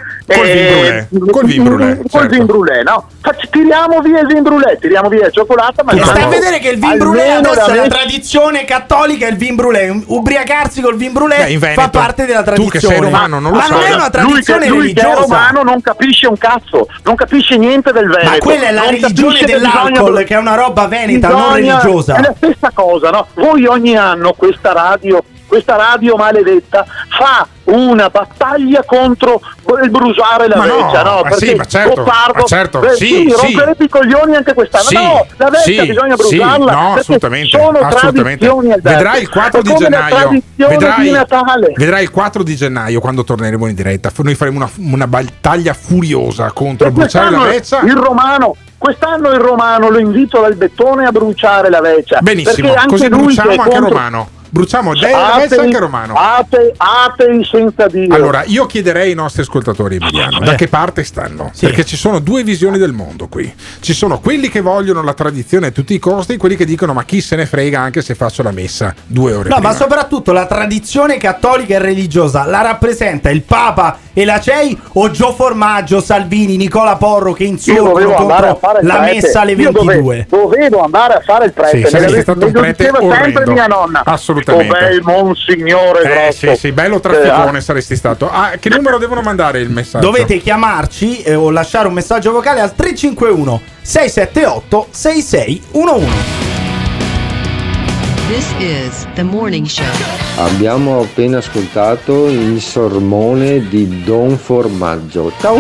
Col vin brûlé, col vin brûlé, col certo. vin brûlé, no? Facci- tiriamo via il vin brûlé, tiriamo via il cioccolato, ma E sta a almeno- vedere che il vin brûlé almeno adesso la è la messa- tradizione cattolica, il vin brûlé. Un- Ubriacarsi col vin brûlé Beh, in Veneto, fa parte della tu tradizione. che sei romano, non lo ma so. non è una lui tradizione che, lui che è religiosa. romano non capisce un cazzo, non capisce niente del Veneto. Ma quella è la non religione capisce che dell'alcol, bisogna- che è una roba veneta, non bisogna- religiosa. È la stessa cosa, no? Voi ogni anno questa radio, questa radio maledetta fa una battaglia contro il bruciare la Ma no, vecchia, no? ma Perché sì, ma certo, Gottardo- ma certo, beh, sì, sì, sì. romperete i coglioni anche quest'anno. Sì, no, la vecchia sì, bisogna sì, bruciarla. no, perché assolutamente, sono assolutamente. tradizioni, Alberto. Vedrai il quattro È di come la gennaio. tradizione Vedrai, di Natale. vedrai il quattro di gennaio quando torneremo in diretta. Noi faremo una, una battaglia furiosa contro il bruciare la Quest'anno vecchia. il romano Quest'anno il romano lo invito dal bettone a bruciare la vecchia. Benissimo, perché anche così lui bruciamo che è anche contro- romano. Bruciamo lei la vecchia Atei- anche romano. Atei, atei senza Dio. Allora, io chiederei ai nostri ascoltatori, Emiliano, da che parte stanno? Perché ci sono due visioni del mondo qui. Ci sono quelli che vogliono la tradizione a tutti i costi e quelli che dicono ma chi se ne frega anche se faccio la messa due ore No, prima. ma soprattutto la tradizione cattolica e religiosa la rappresenta il Papa e la C E I o Gio Formaggio, Salvini, Nicola Porro che Io insorgono dovevo andare a contro fare il la prete. messa alle Io dove- ventidue? dovevo andare a fare il prete. Sì, me saresti lo- stato me un lo prete diceva sempre orrendo. mia nonna. Assolutamente. Oh, bel monsignore Eh grosso. sì, sì, bello trafficone saresti stato. Ah, che numero devono mandare il messaggio? Dovete chiamarci eh, o lasciare un messaggio vocale al tre cinque uno sei sette otto sei sei uno uno. This is the morning show. Abbiamo appena ascoltato il sermone di Don Formaggio. Ciao!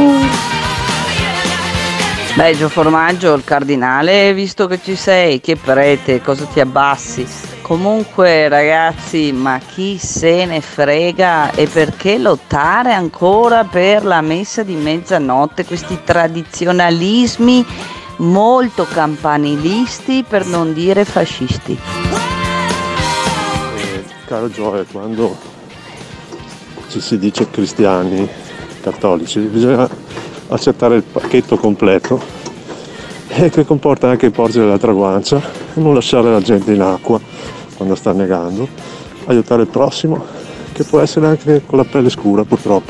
Beh, Gio Formaggio, il cardinale, visto che ci sei, che prete, cosa ti abbassi? Comunque ragazzi, ma chi se ne frega, e perché lottare ancora per la messa di mezzanotte, questi tradizionalismi molto campanilisti, per non dire fascisti. Eh, caro Gioia, quando ci si dice cristiani, cattolici, bisogna accettare il pacchetto completo, e che comporta anche porgere l'altra guancia, non lasciare la gente in acqua quando sta negando, aiutare il prossimo, che può essere anche con la pelle scura purtroppo.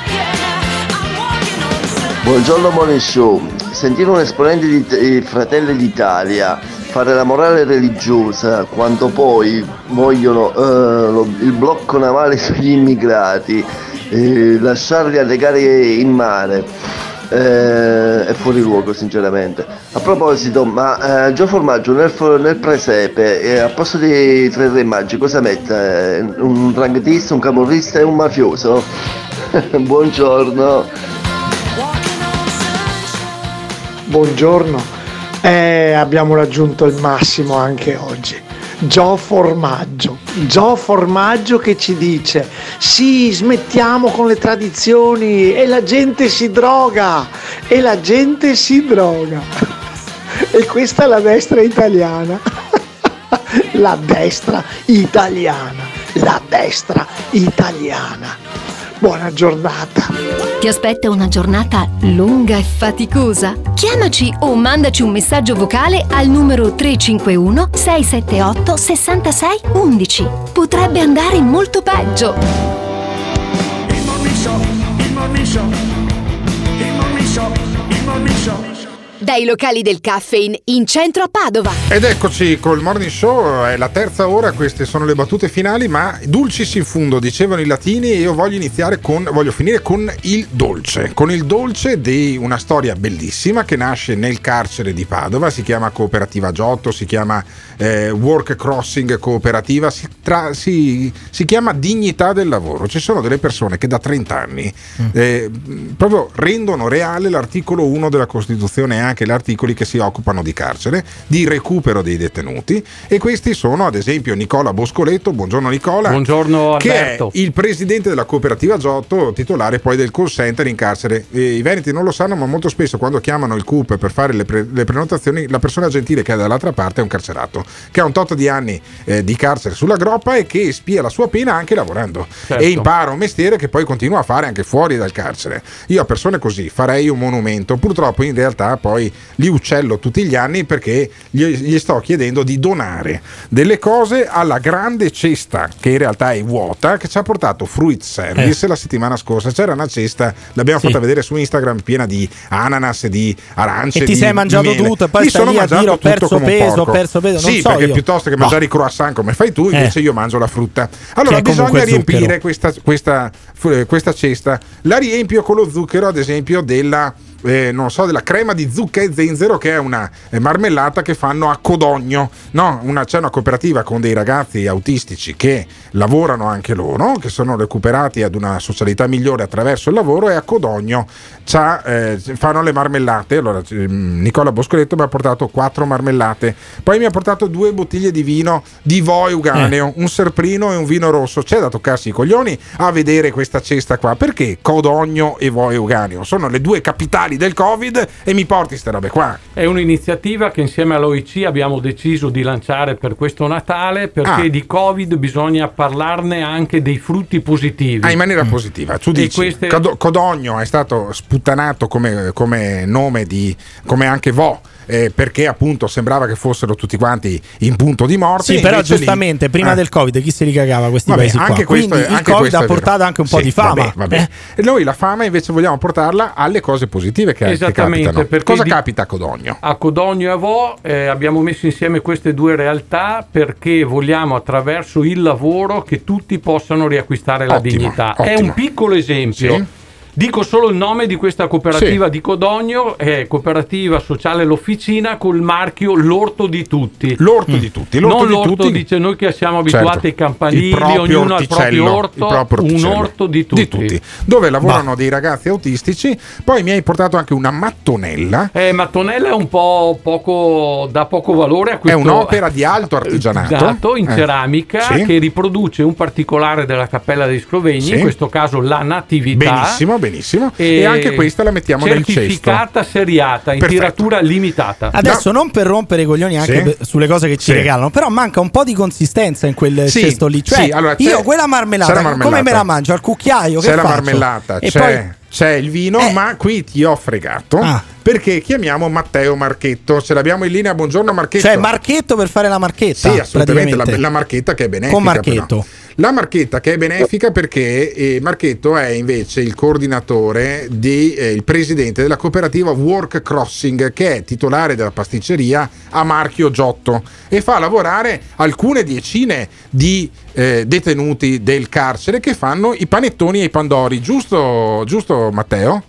Buongiorno Morning Show, sentire un esponente di eh, Fratelli d'Italia fare la morale religiosa quando poi vogliono eh, lo- il blocco navale sugli immigrati, eh, lasciarli annegare in mare, eh, è fuori luogo sinceramente. A proposito, ma eh, Gio Formaggio nel, fo- nel presepe eh, a posto dei tre re magi cosa mette? Eh, un dranghetista, un camorrista e un mafioso? Buongiorno. Buongiorno, eh, abbiamo raggiunto il massimo anche oggi. Gio Formaggio, Gio Formaggio che ci dice sì, smettiamo con le tradizioni e la gente si droga, e la gente si droga. E questa è la destra italiana, la destra italiana, la destra italiana. Buona giornata. Ti aspetta una giornata lunga e faticosa? Chiamaci o mandaci un messaggio vocale al numero tre cinque uno sei sette otto sei sei uno uno. Potrebbe andare molto peggio. Il Morning Show, il Morning Show, il Morning Show, il Morning Show. Dai locali del Caffeine in centro a Padova. Ed eccoci col Morning Show, è la terza ora, queste sono le battute finali, ma dulcis in fundo, dicevano i latini, e io voglio iniziare con, voglio finire con il dolce, con il dolce di una storia bellissima che nasce nel carcere di Padova, si chiama Cooperativa Giotto, si chiama eh, Work Crossing Cooperativa, si, tra, si, si chiama Dignità del Lavoro. Ci sono delle persone che da trenta anni mm. eh, proprio rendono reale l'articolo uno della Costituzione, anche gli articoli che si occupano di carcere, di recupero dei detenuti, e questi sono ad esempio Nicola Boscoletto. Buongiorno Nicola. Buongiorno Che Alberto. è il presidente della Cooperativa Giotto, titolare poi del call center in carcere. E i veneti non lo sanno, ma molto spesso quando chiamano il C U P per fare le, pre- le prenotazioni, la persona gentile che è dall'altra parte è un carcerato che ha un tot di anni eh, di carcere sulla groppa e che spia la sua pena anche lavorando, Certo. e impara un mestiere che poi continua a fare anche fuori dal carcere. Io a persone così farei un monumento. Purtroppo in realtà poi poi li uccello tutti gli anni perché gli, gli sto chiedendo di donare delle cose alla grande cesta, che in realtà è vuota, che ci ha portato Fruit Service eh. la settimana scorsa. C'era una cesta, l'abbiamo sì. fatta vedere su Instagram, piena di ananas, di arance, e ti di sei mangiato miele. tutto e poi Mi stai sono lì a mangiato dire ho tutto perso come un peso, porco. ho perso peso, non sì, so perché io. piuttosto che mangiare i croissant come fai tu, invece eh. io mangio la frutta. Allora bisogna riempire questa, questa, questa cesta. La riempio con lo zucchero, ad esempio, della Eh, non so, della crema di zucca e zenzero, che è una eh, marmellata che fanno a Codogno, no? Una, c'è una cooperativa con dei ragazzi autistici che lavorano anche loro, che sono recuperati ad una socialità migliore attraverso il lavoro, e a Codogno c'ha, eh, fanno le marmellate. Allora Nicola Boscoletto mi ha portato quattro marmellate, poi mi ha portato due bottiglie di vino di Vo Euganeo, eh. un serprino e un vino rosso. C'è da toccarsi i coglioni a vedere questa cesta qua, perché Codogno e Vo Euganeo sono le due capitali del Covid e mi porti ste robe qua. È un'iniziativa che insieme all'O I C abbiamo deciso di lanciare per questo Natale, perché ah. di Covid bisogna parlarne anche dei frutti positivi. Ah, in maniera positiva. Tu dici queste... Codogno è stato sputtanato come, come nome di, come anche Vo. Eh, perché appunto sembrava che fossero tutti quanti in punto di morte. Sì, però giustamente lì... prima eh. del Covid chi si ricagava questi vabbè, paesi anche qua? Questo, Quindi anche il Covid ha portato anche un po' sì, di fama. Vabbè, vabbè. Eh. E noi la fama invece vogliamo portarla alle cose positive che, Esattamente, che capitano. Cosa di... capita a Codogno? A Codogno e a Vo eh, abbiamo messo insieme queste due realtà perché vogliamo, attraverso il lavoro, che tutti possano riacquistare la ottimo, dignità. Ottimo. È un piccolo esempio. Sì. Dico solo il nome di questa cooperativa sì. di Codogno, è Cooperativa Sociale L'Officina, col marchio L'Orto di Tutti. L'Orto mm. di Tutti. L'orto non di L'Orto tutti. dice noi che siamo abituati certo. ai campanili, ognuno al proprio orto, un orto di tutti. di tutti. Dove lavorano bah. dei ragazzi autistici. Poi mi hai portato anche una mattonella. Eh, mattonella è un po' poco, dà poco valore a questo. È un'opera di alto artigianato in eh. ceramica sì. che riproduce un particolare della Cappella dei Scrovegni, sì. in questo caso la Natività. Benissimo. Benissimo, e, e anche questa la mettiamo nel cesto. Certificata seriata in Perfetto. tiratura limitata. Adesso no. non per rompere i coglioni anche sì. sulle cose che ci sì. regalano, però manca un po' di consistenza in quel sì. cesto lì. Cioè, sì, allora, io quella marmellata, marmellata, come me la mangio? Al cucchiaio? C'è che la faccio? marmellata, e c'è, poi... c'è il vino, eh. ma qui ti ho fregato. Ah. Perché chiamiamo Matteo Marchetto, ce l'abbiamo in linea. Buongiorno Marchetto. Cioè Marchetto per fare la marchetta? Sì, assolutamente, la, la marchetta che è benefica. Con Marchetto. Però. La marchetta che è benefica perché eh, Marchetto è invece il coordinatore di eh, il presidente della cooperativa Work Crossing, che è titolare della pasticceria a marchio Giotto e fa lavorare alcune decine di eh, detenuti del carcere che fanno i panettoni e i pandori. Giusto, giusto Matteo?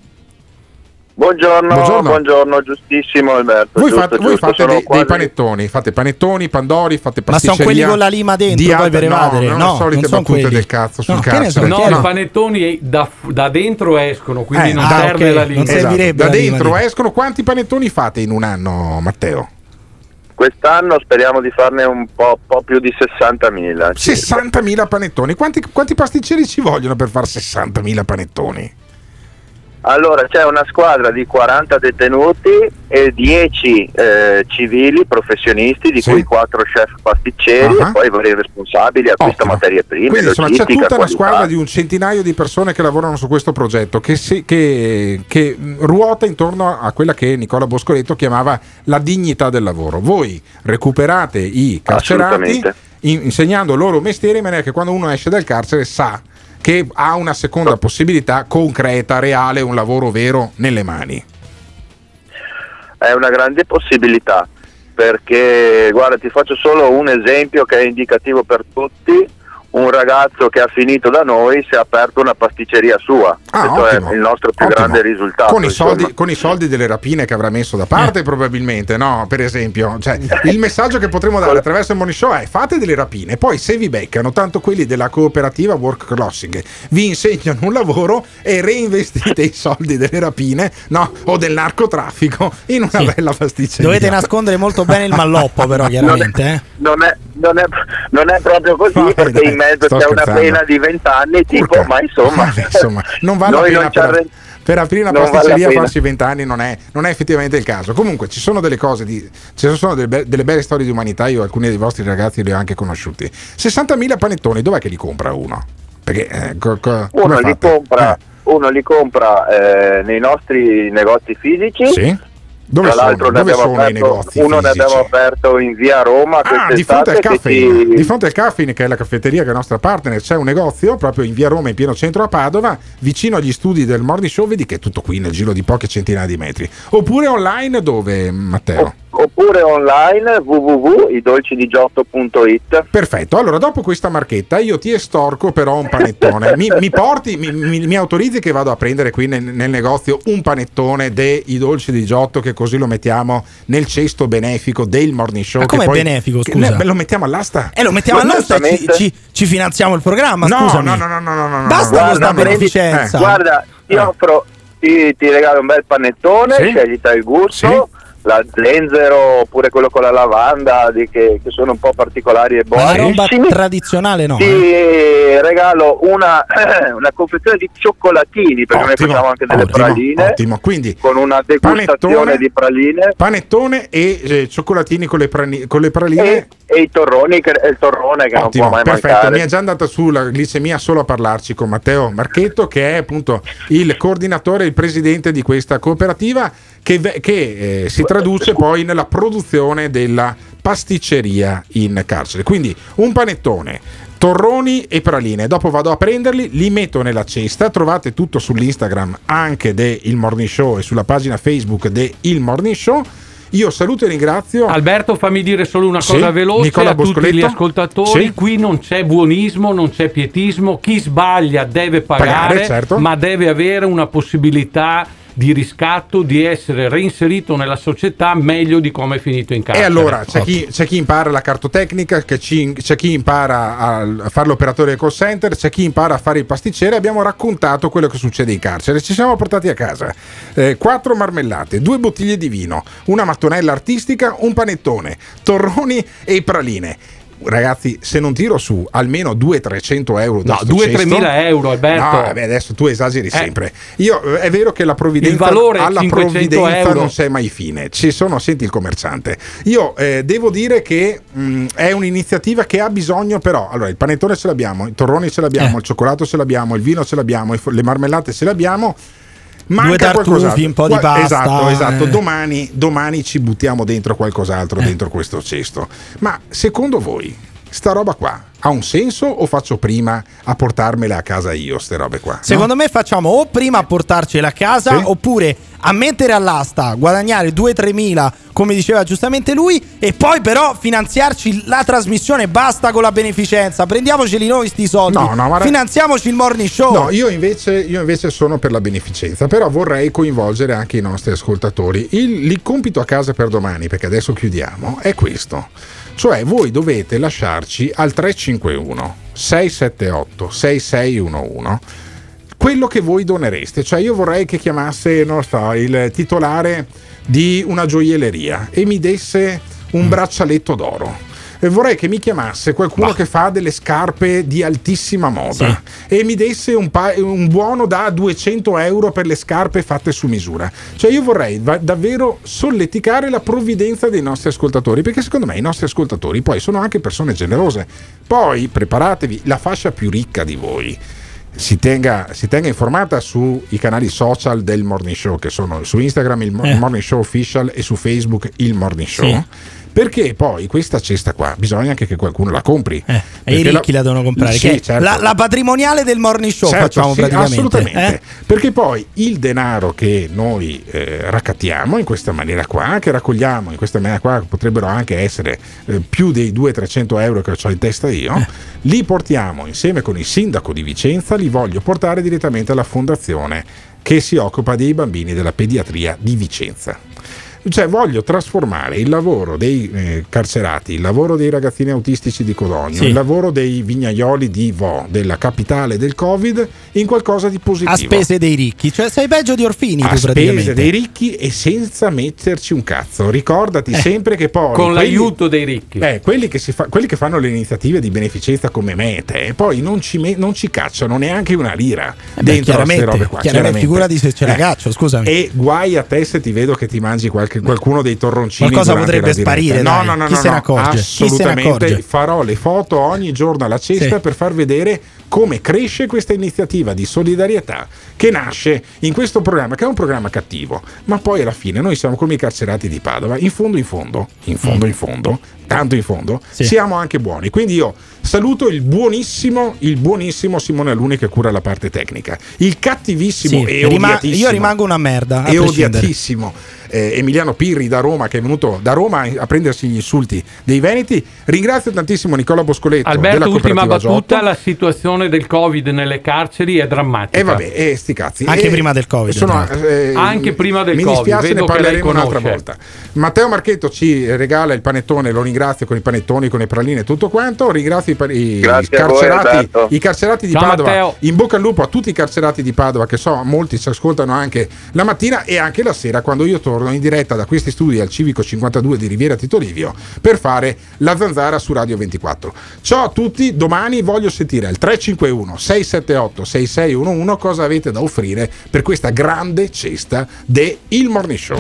Buongiorno, buongiorno, buongiorno, giustissimo Alberto. Voi giusto, fate, giusto, voi fate dei, quasi... dei panettoni, fate panettoni, pandori, fate pasticceria. Ma sono quelli con la lima dentro, poi alta, per evadere? No, no, le solite battute quelli. del cazzo sul no, carcere. No, no, i panettoni da, da dentro escono, quindi eh, non ah, serve okay. la lima. Non esatto. Da dentro escono. Quanti panettoni fate in un anno, Matteo? Quest'anno speriamo di farne un po', po' più di sessantamila. sessantamila panettoni. Quanti, quanti pasticceri ci vogliono per fare sessantamila panettoni? Allora c'è una squadra di quaranta detenuti e dieci eh, civili professionisti, di sì. cui quattro chef pasticceri uh-huh. e poi vari responsabili, acquista materie prime. Quindi insomma, c'è tutta qualità. Una squadra di un centinaio di persone che lavorano su questo progetto che, si, che, che ruota intorno a quella che Nicola Boscoletto chiamava la dignità del lavoro. Voi recuperate i carcerati in, insegnando loro mestiere in maniera che quando uno esce dal carcere sa che ha una seconda possibilità concreta, reale, un lavoro vero nelle mani. È una grande possibilità, perché guarda, ti faccio solo un esempio che è indicativo per tutti. Un ragazzo che ha finito da noi si è aperto una pasticceria sua. Ah, questo ottimo, è il nostro più ottimo. grande risultato. Con i, soldi, con i soldi delle rapine che avrà messo da parte, eh. probabilmente, no? Per esempio, cioè, il messaggio che potremo dare attraverso il Morning Show è: fate delle rapine, poi se vi beccano, tanto quelli della cooperativa Work Crossing vi insegnano un lavoro e reinvestite i soldi delle rapine, no? O del narcotraffico in una sì. bella pasticceria. Dovete nascondere molto bene il malloppo, però, chiaramente. Non è, eh. non è, non è, non è proprio così, vai, perché dai. in mezzo c'è una pena di vent'anni, tipo, ma insomma, Vabbè, insomma non vale la pena non per, arre... per aprire una non pasticceria vale farsi vent'anni non è, non è effettivamente il caso. Comunque ci sono delle cose di, ci sono delle, be- delle belle storie di umanità. Io alcuni dei vostri ragazzi li ho anche conosciuti. sessantamila panettoni, dov'è che li compra uno? Perché eh, co- co- uno li compra, eh. uno li compra eh, nei nostri negozi fisici. Sì. Dove Tra sono, l'altro ne dove abbiamo sono i aperto, negozi uno ne fisici? abbiamo aperto in via Roma Ah, di fronte al quest'estate, che Caffeine, ti- di fronte al Caffeine, che è la caffetteria che è nostra partner, c'è un negozio proprio in via Roma, in pieno centro a Padova, vicino agli studi del Morning Show. Vedi che è tutto qui nel giro di poche centinaia di metri. Oppure online, dove, Matteo? oppure online w w w punto i dolci di giotto punto it. Perfetto, allora dopo questa marchetta io ti estorco però un panettone. Mi, mi porti, mi, mi, mi autorizzi che vado a prendere qui nel, nel negozio un panettone dei dolci di Giotto, che così lo mettiamo nel cesto benefico del Morning Show. Ma com'è che poi, benefico, che- scusa? ne- lo mettiamo all'asta. E lo mettiamo all'asta e ci, ci, ci finanziamo il programma, No, scusami. no, no, no, no, no, no, Basta Guarda, questa prendi- beneficenza. eh, guarda, ti offro, ti, ti regalo un bel panettone, Sì. scegli te il gusto, la zenzero oppure quello con la lavanda, di che, che sono un po' particolari e Ma la roba buonissimi. tradizionale no. Ti eh. regalo una, una confezione di cioccolatini, perché Ottimo, noi facciamo anche delle ottimo, praline, ottimo. Quindi con una degustazione panettone- di praline Panettone e eh, cioccolatini con le, prani- con le praline. e, e i torroni, che, e il torrone che Ottimo, non può mai perfetto, mancare. mi è già andata su la glicemia solo a parlarci con Matteo Marchetto, che è appunto il coordinatore, il presidente di questa cooperativa che, ve- che eh, si traduce poi nella produzione della pasticceria in carcere. Quindi un panettone, torroni e praline, dopo vado a prenderli, li metto nella cesta. Trovate tutto sull'Instagram anche del Morning Show e sulla pagina Facebook del Morning Show. Io saluto e ringrazio Alberto, fammi dire solo una Sì, cosa veloce Nicola a tutti Boscoletto. gli ascoltatori. Sì. Qui non c'è buonismo, non c'è pietismo. Chi sbaglia deve pagare, Pagare, certo. ma deve avere una possibilità di riscatto, di essere reinserito nella società meglio di come è finito in E carcere. allora c'è chi, c'è chi impara la cartotecnica, che ci- c'è chi impara a fare l'operatore del call center, c'è chi impara a fare il pasticcere. Abbiamo raccontato quello che succede in carcere. Ci siamo portati a casa eh, quattro marmellate, due bottiglie di vino, una mattonella artistica, un panettone, torroni e praline. Ragazzi, se non tiro su almeno duecento trecento euro da No, sto due cesto- tremila euro, Alberto. No, vabbè, adesso tu esageri Eh. sempre. Io eh, è vero che la provvidenza, Il valore è alla cinquecento provvidenza euro. non c'è mai fine. Ci sono, senti il commerciante. Io eh, devo dire che mh, è un'iniziativa che ha bisogno, però. Allora, il panettone ce l'abbiamo, i torroni ce l'abbiamo, Eh. il cioccolato ce l'abbiamo, il vino ce l'abbiamo, i fo- le marmellate ce l'abbiamo. Manca Due tartufi, qualcos'altro. un po' di Qua- pasta, Esatto, esatto. eh. Domani, domani ci buttiamo dentro qualcos'altro, dentro questo cesto. Ma secondo voi sta roba qua ha un senso o faccio prima a portarmele a casa io, ste robe qua? Secondo me facciamo o prima a portarcela a casa, Sì. oppure a mettere all'asta, guadagnare due tre mila, come diceva giustamente lui, e poi però finanziarci la trasmissione. Basta con la beneficenza, prendiamoceli noi sti soldi. No, no, ma- finanziamoci il morning show. No, io invece, io invece sono per la beneficenza, però vorrei coinvolgere anche i nostri ascoltatori. Il, il compito a casa per domani, perché adesso chiudiamo, è questo. Cioè voi dovete lasciarci al tre cinque uno sei sette otto sei sei uno uno quello che voi donereste. Cioè io vorrei che chiamasse, non so, il titolare di una gioielleria e mi desse un braccialetto d'oro. E vorrei che mi chiamasse qualcuno che fa delle scarpe di altissima moda e mi desse un, pa- un buono da duecento euro per le scarpe fatte su misura. Cioè io vorrei va- davvero solleticare la provvidenza dei nostri ascoltatori, perché secondo me i nostri ascoltatori poi sono anche persone generose. Poi preparatevi, la fascia più ricca di voi si tenga, si tenga informata sui canali social del Morning Show, che sono su Instagram il Eh. Morning Show Official e su Facebook il Morning Show. Sì. Perché poi questa cesta qua bisogna anche che qualcuno la compri. Eh, e i Perché ricchi la, devono comprare. Sì, che è certo. la, la patrimoniale del morning show Certo, facciamo sì, praticamente. assolutamente. eh? Perché poi il denaro che noi eh, raccattiamo in questa maniera qua, che raccogliamo in questa maniera qua, potrebbero anche essere eh, più dei duecento trecento euro che ho in testa io, Eh. li portiamo insieme con il sindaco di Vicenza, li voglio portare direttamente alla fondazione che si occupa dei bambini della pediatria di Vicenza. Cioè voglio trasformare il lavoro dei eh, carcerati, il lavoro dei ragazzini autistici di Codogno, Sì. il lavoro dei vignaioli di Vo, della capitale del Covid, in qualcosa di positivo. A spese dei ricchi, cioè sei peggio di Orfini A tu praticamente. spese dei ricchi e senza metterci un cazzo. Ricordati Eh, sempre che poi con quelli- l'aiuto dei ricchi. eh, quelli, che si fa, quelli che fanno le iniziative di beneficenza come me e te, poi non ci, me- non ci cacciano neanche una lira Eh beh, dentro a queste chiaramente, robe qua. chiaramente, figurati se ce la Eh, caccio, scusami. E guai a te se ti vedo che ti mangi qualche qualche, qualcuno dei torroncini. Qualcosa potrebbe sparire. No, dai. no, no, Chi no, se ne no, accorge? assolutamente. Chi se ne accorge? Farò le foto ogni giorno alla cesta Sì. per far vedere come cresce questa iniziativa di solidarietà che nasce in questo programma, che è un programma cattivo, ma poi alla fine noi siamo come i carcerati di Padova, in fondo in fondo, in fondo in fondo, tanto in fondo, Sì. siamo anche buoni. Quindi io saluto il buonissimo, il buonissimo Simone Aluni che cura la parte tecnica, il cattivissimo Sì, e rima- odiatissimo io rimango una merda a e prescindere. odiatissimo eh, Emiliano Pirri da Roma, che è venuto da Roma a prendersi gli insulti dei veneti. Ringrazio tantissimo Nicola Boscoletto Alberto, della ultima cooperativa battuta, Giotto. la situazione del Covid nelle carceri è drammatica. E vabbè, e sti cazzi. Anche E prima del Covid, sono, tra eh, Anche prima del mi Covid, dispiace, vedo ne che lei parleremo un'altra conosce. volta. Matteo Marchetto ci regala il panettone, lo ringrazio con i panettoni, con le praline e tutto quanto. Ringrazio i, pa- i Grazie a voi, carcerati, Alberto. i carcerati di Ciao, Padova. Matteo. In bocca al lupo a tutti i carcerati di Padova, che so molti ci ascoltano anche la mattina e anche la sera, quando io torno in diretta da questi studi al Civico cinquantadue di Riviera Tito Livio per fare la zanzara su Radio ventiquattro. Ciao a tutti, domani voglio sentire al tre cinque uno sei sette otto sei sei uno uno cosa avete da offrire per questa grande cesta de Il Morning Show.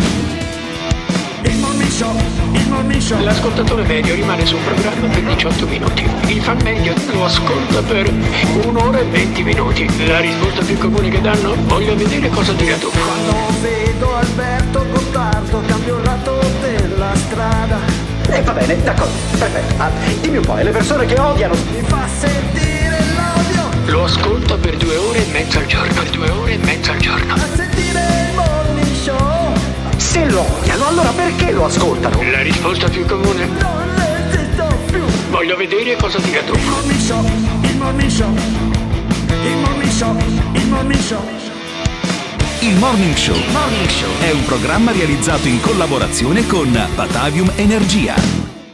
Il Morning Show, il Morning Show. L'ascoltatore medio rimane sul programma per diciotto minuti. Il fan medio lo ascolta per un'ora e venti minuti. La risposta più comune che danno: voglio vedere cosa dirà tu. Quando vedo Alberto Gottardo cambio il lato della strada. E eh, va bene, d'accordo, perfetto. Ah, dimmi un po', e le persone che odiano? Mi fa sentire l'odio. Lo ascolta per due ore e mezza al giorno. Per due ore e mezza al giorno. A sentire il Morning Show. Se lo odiano, allora perché lo ascoltano? La risposta più comune: non resisto più. voglio vedere cosa dirà tu. Il Morning Show, il Morning Show. Il Morning Show, il Morning Show. Il Morning Show. Morning Show è un programma realizzato in collaborazione con Batavium Energia.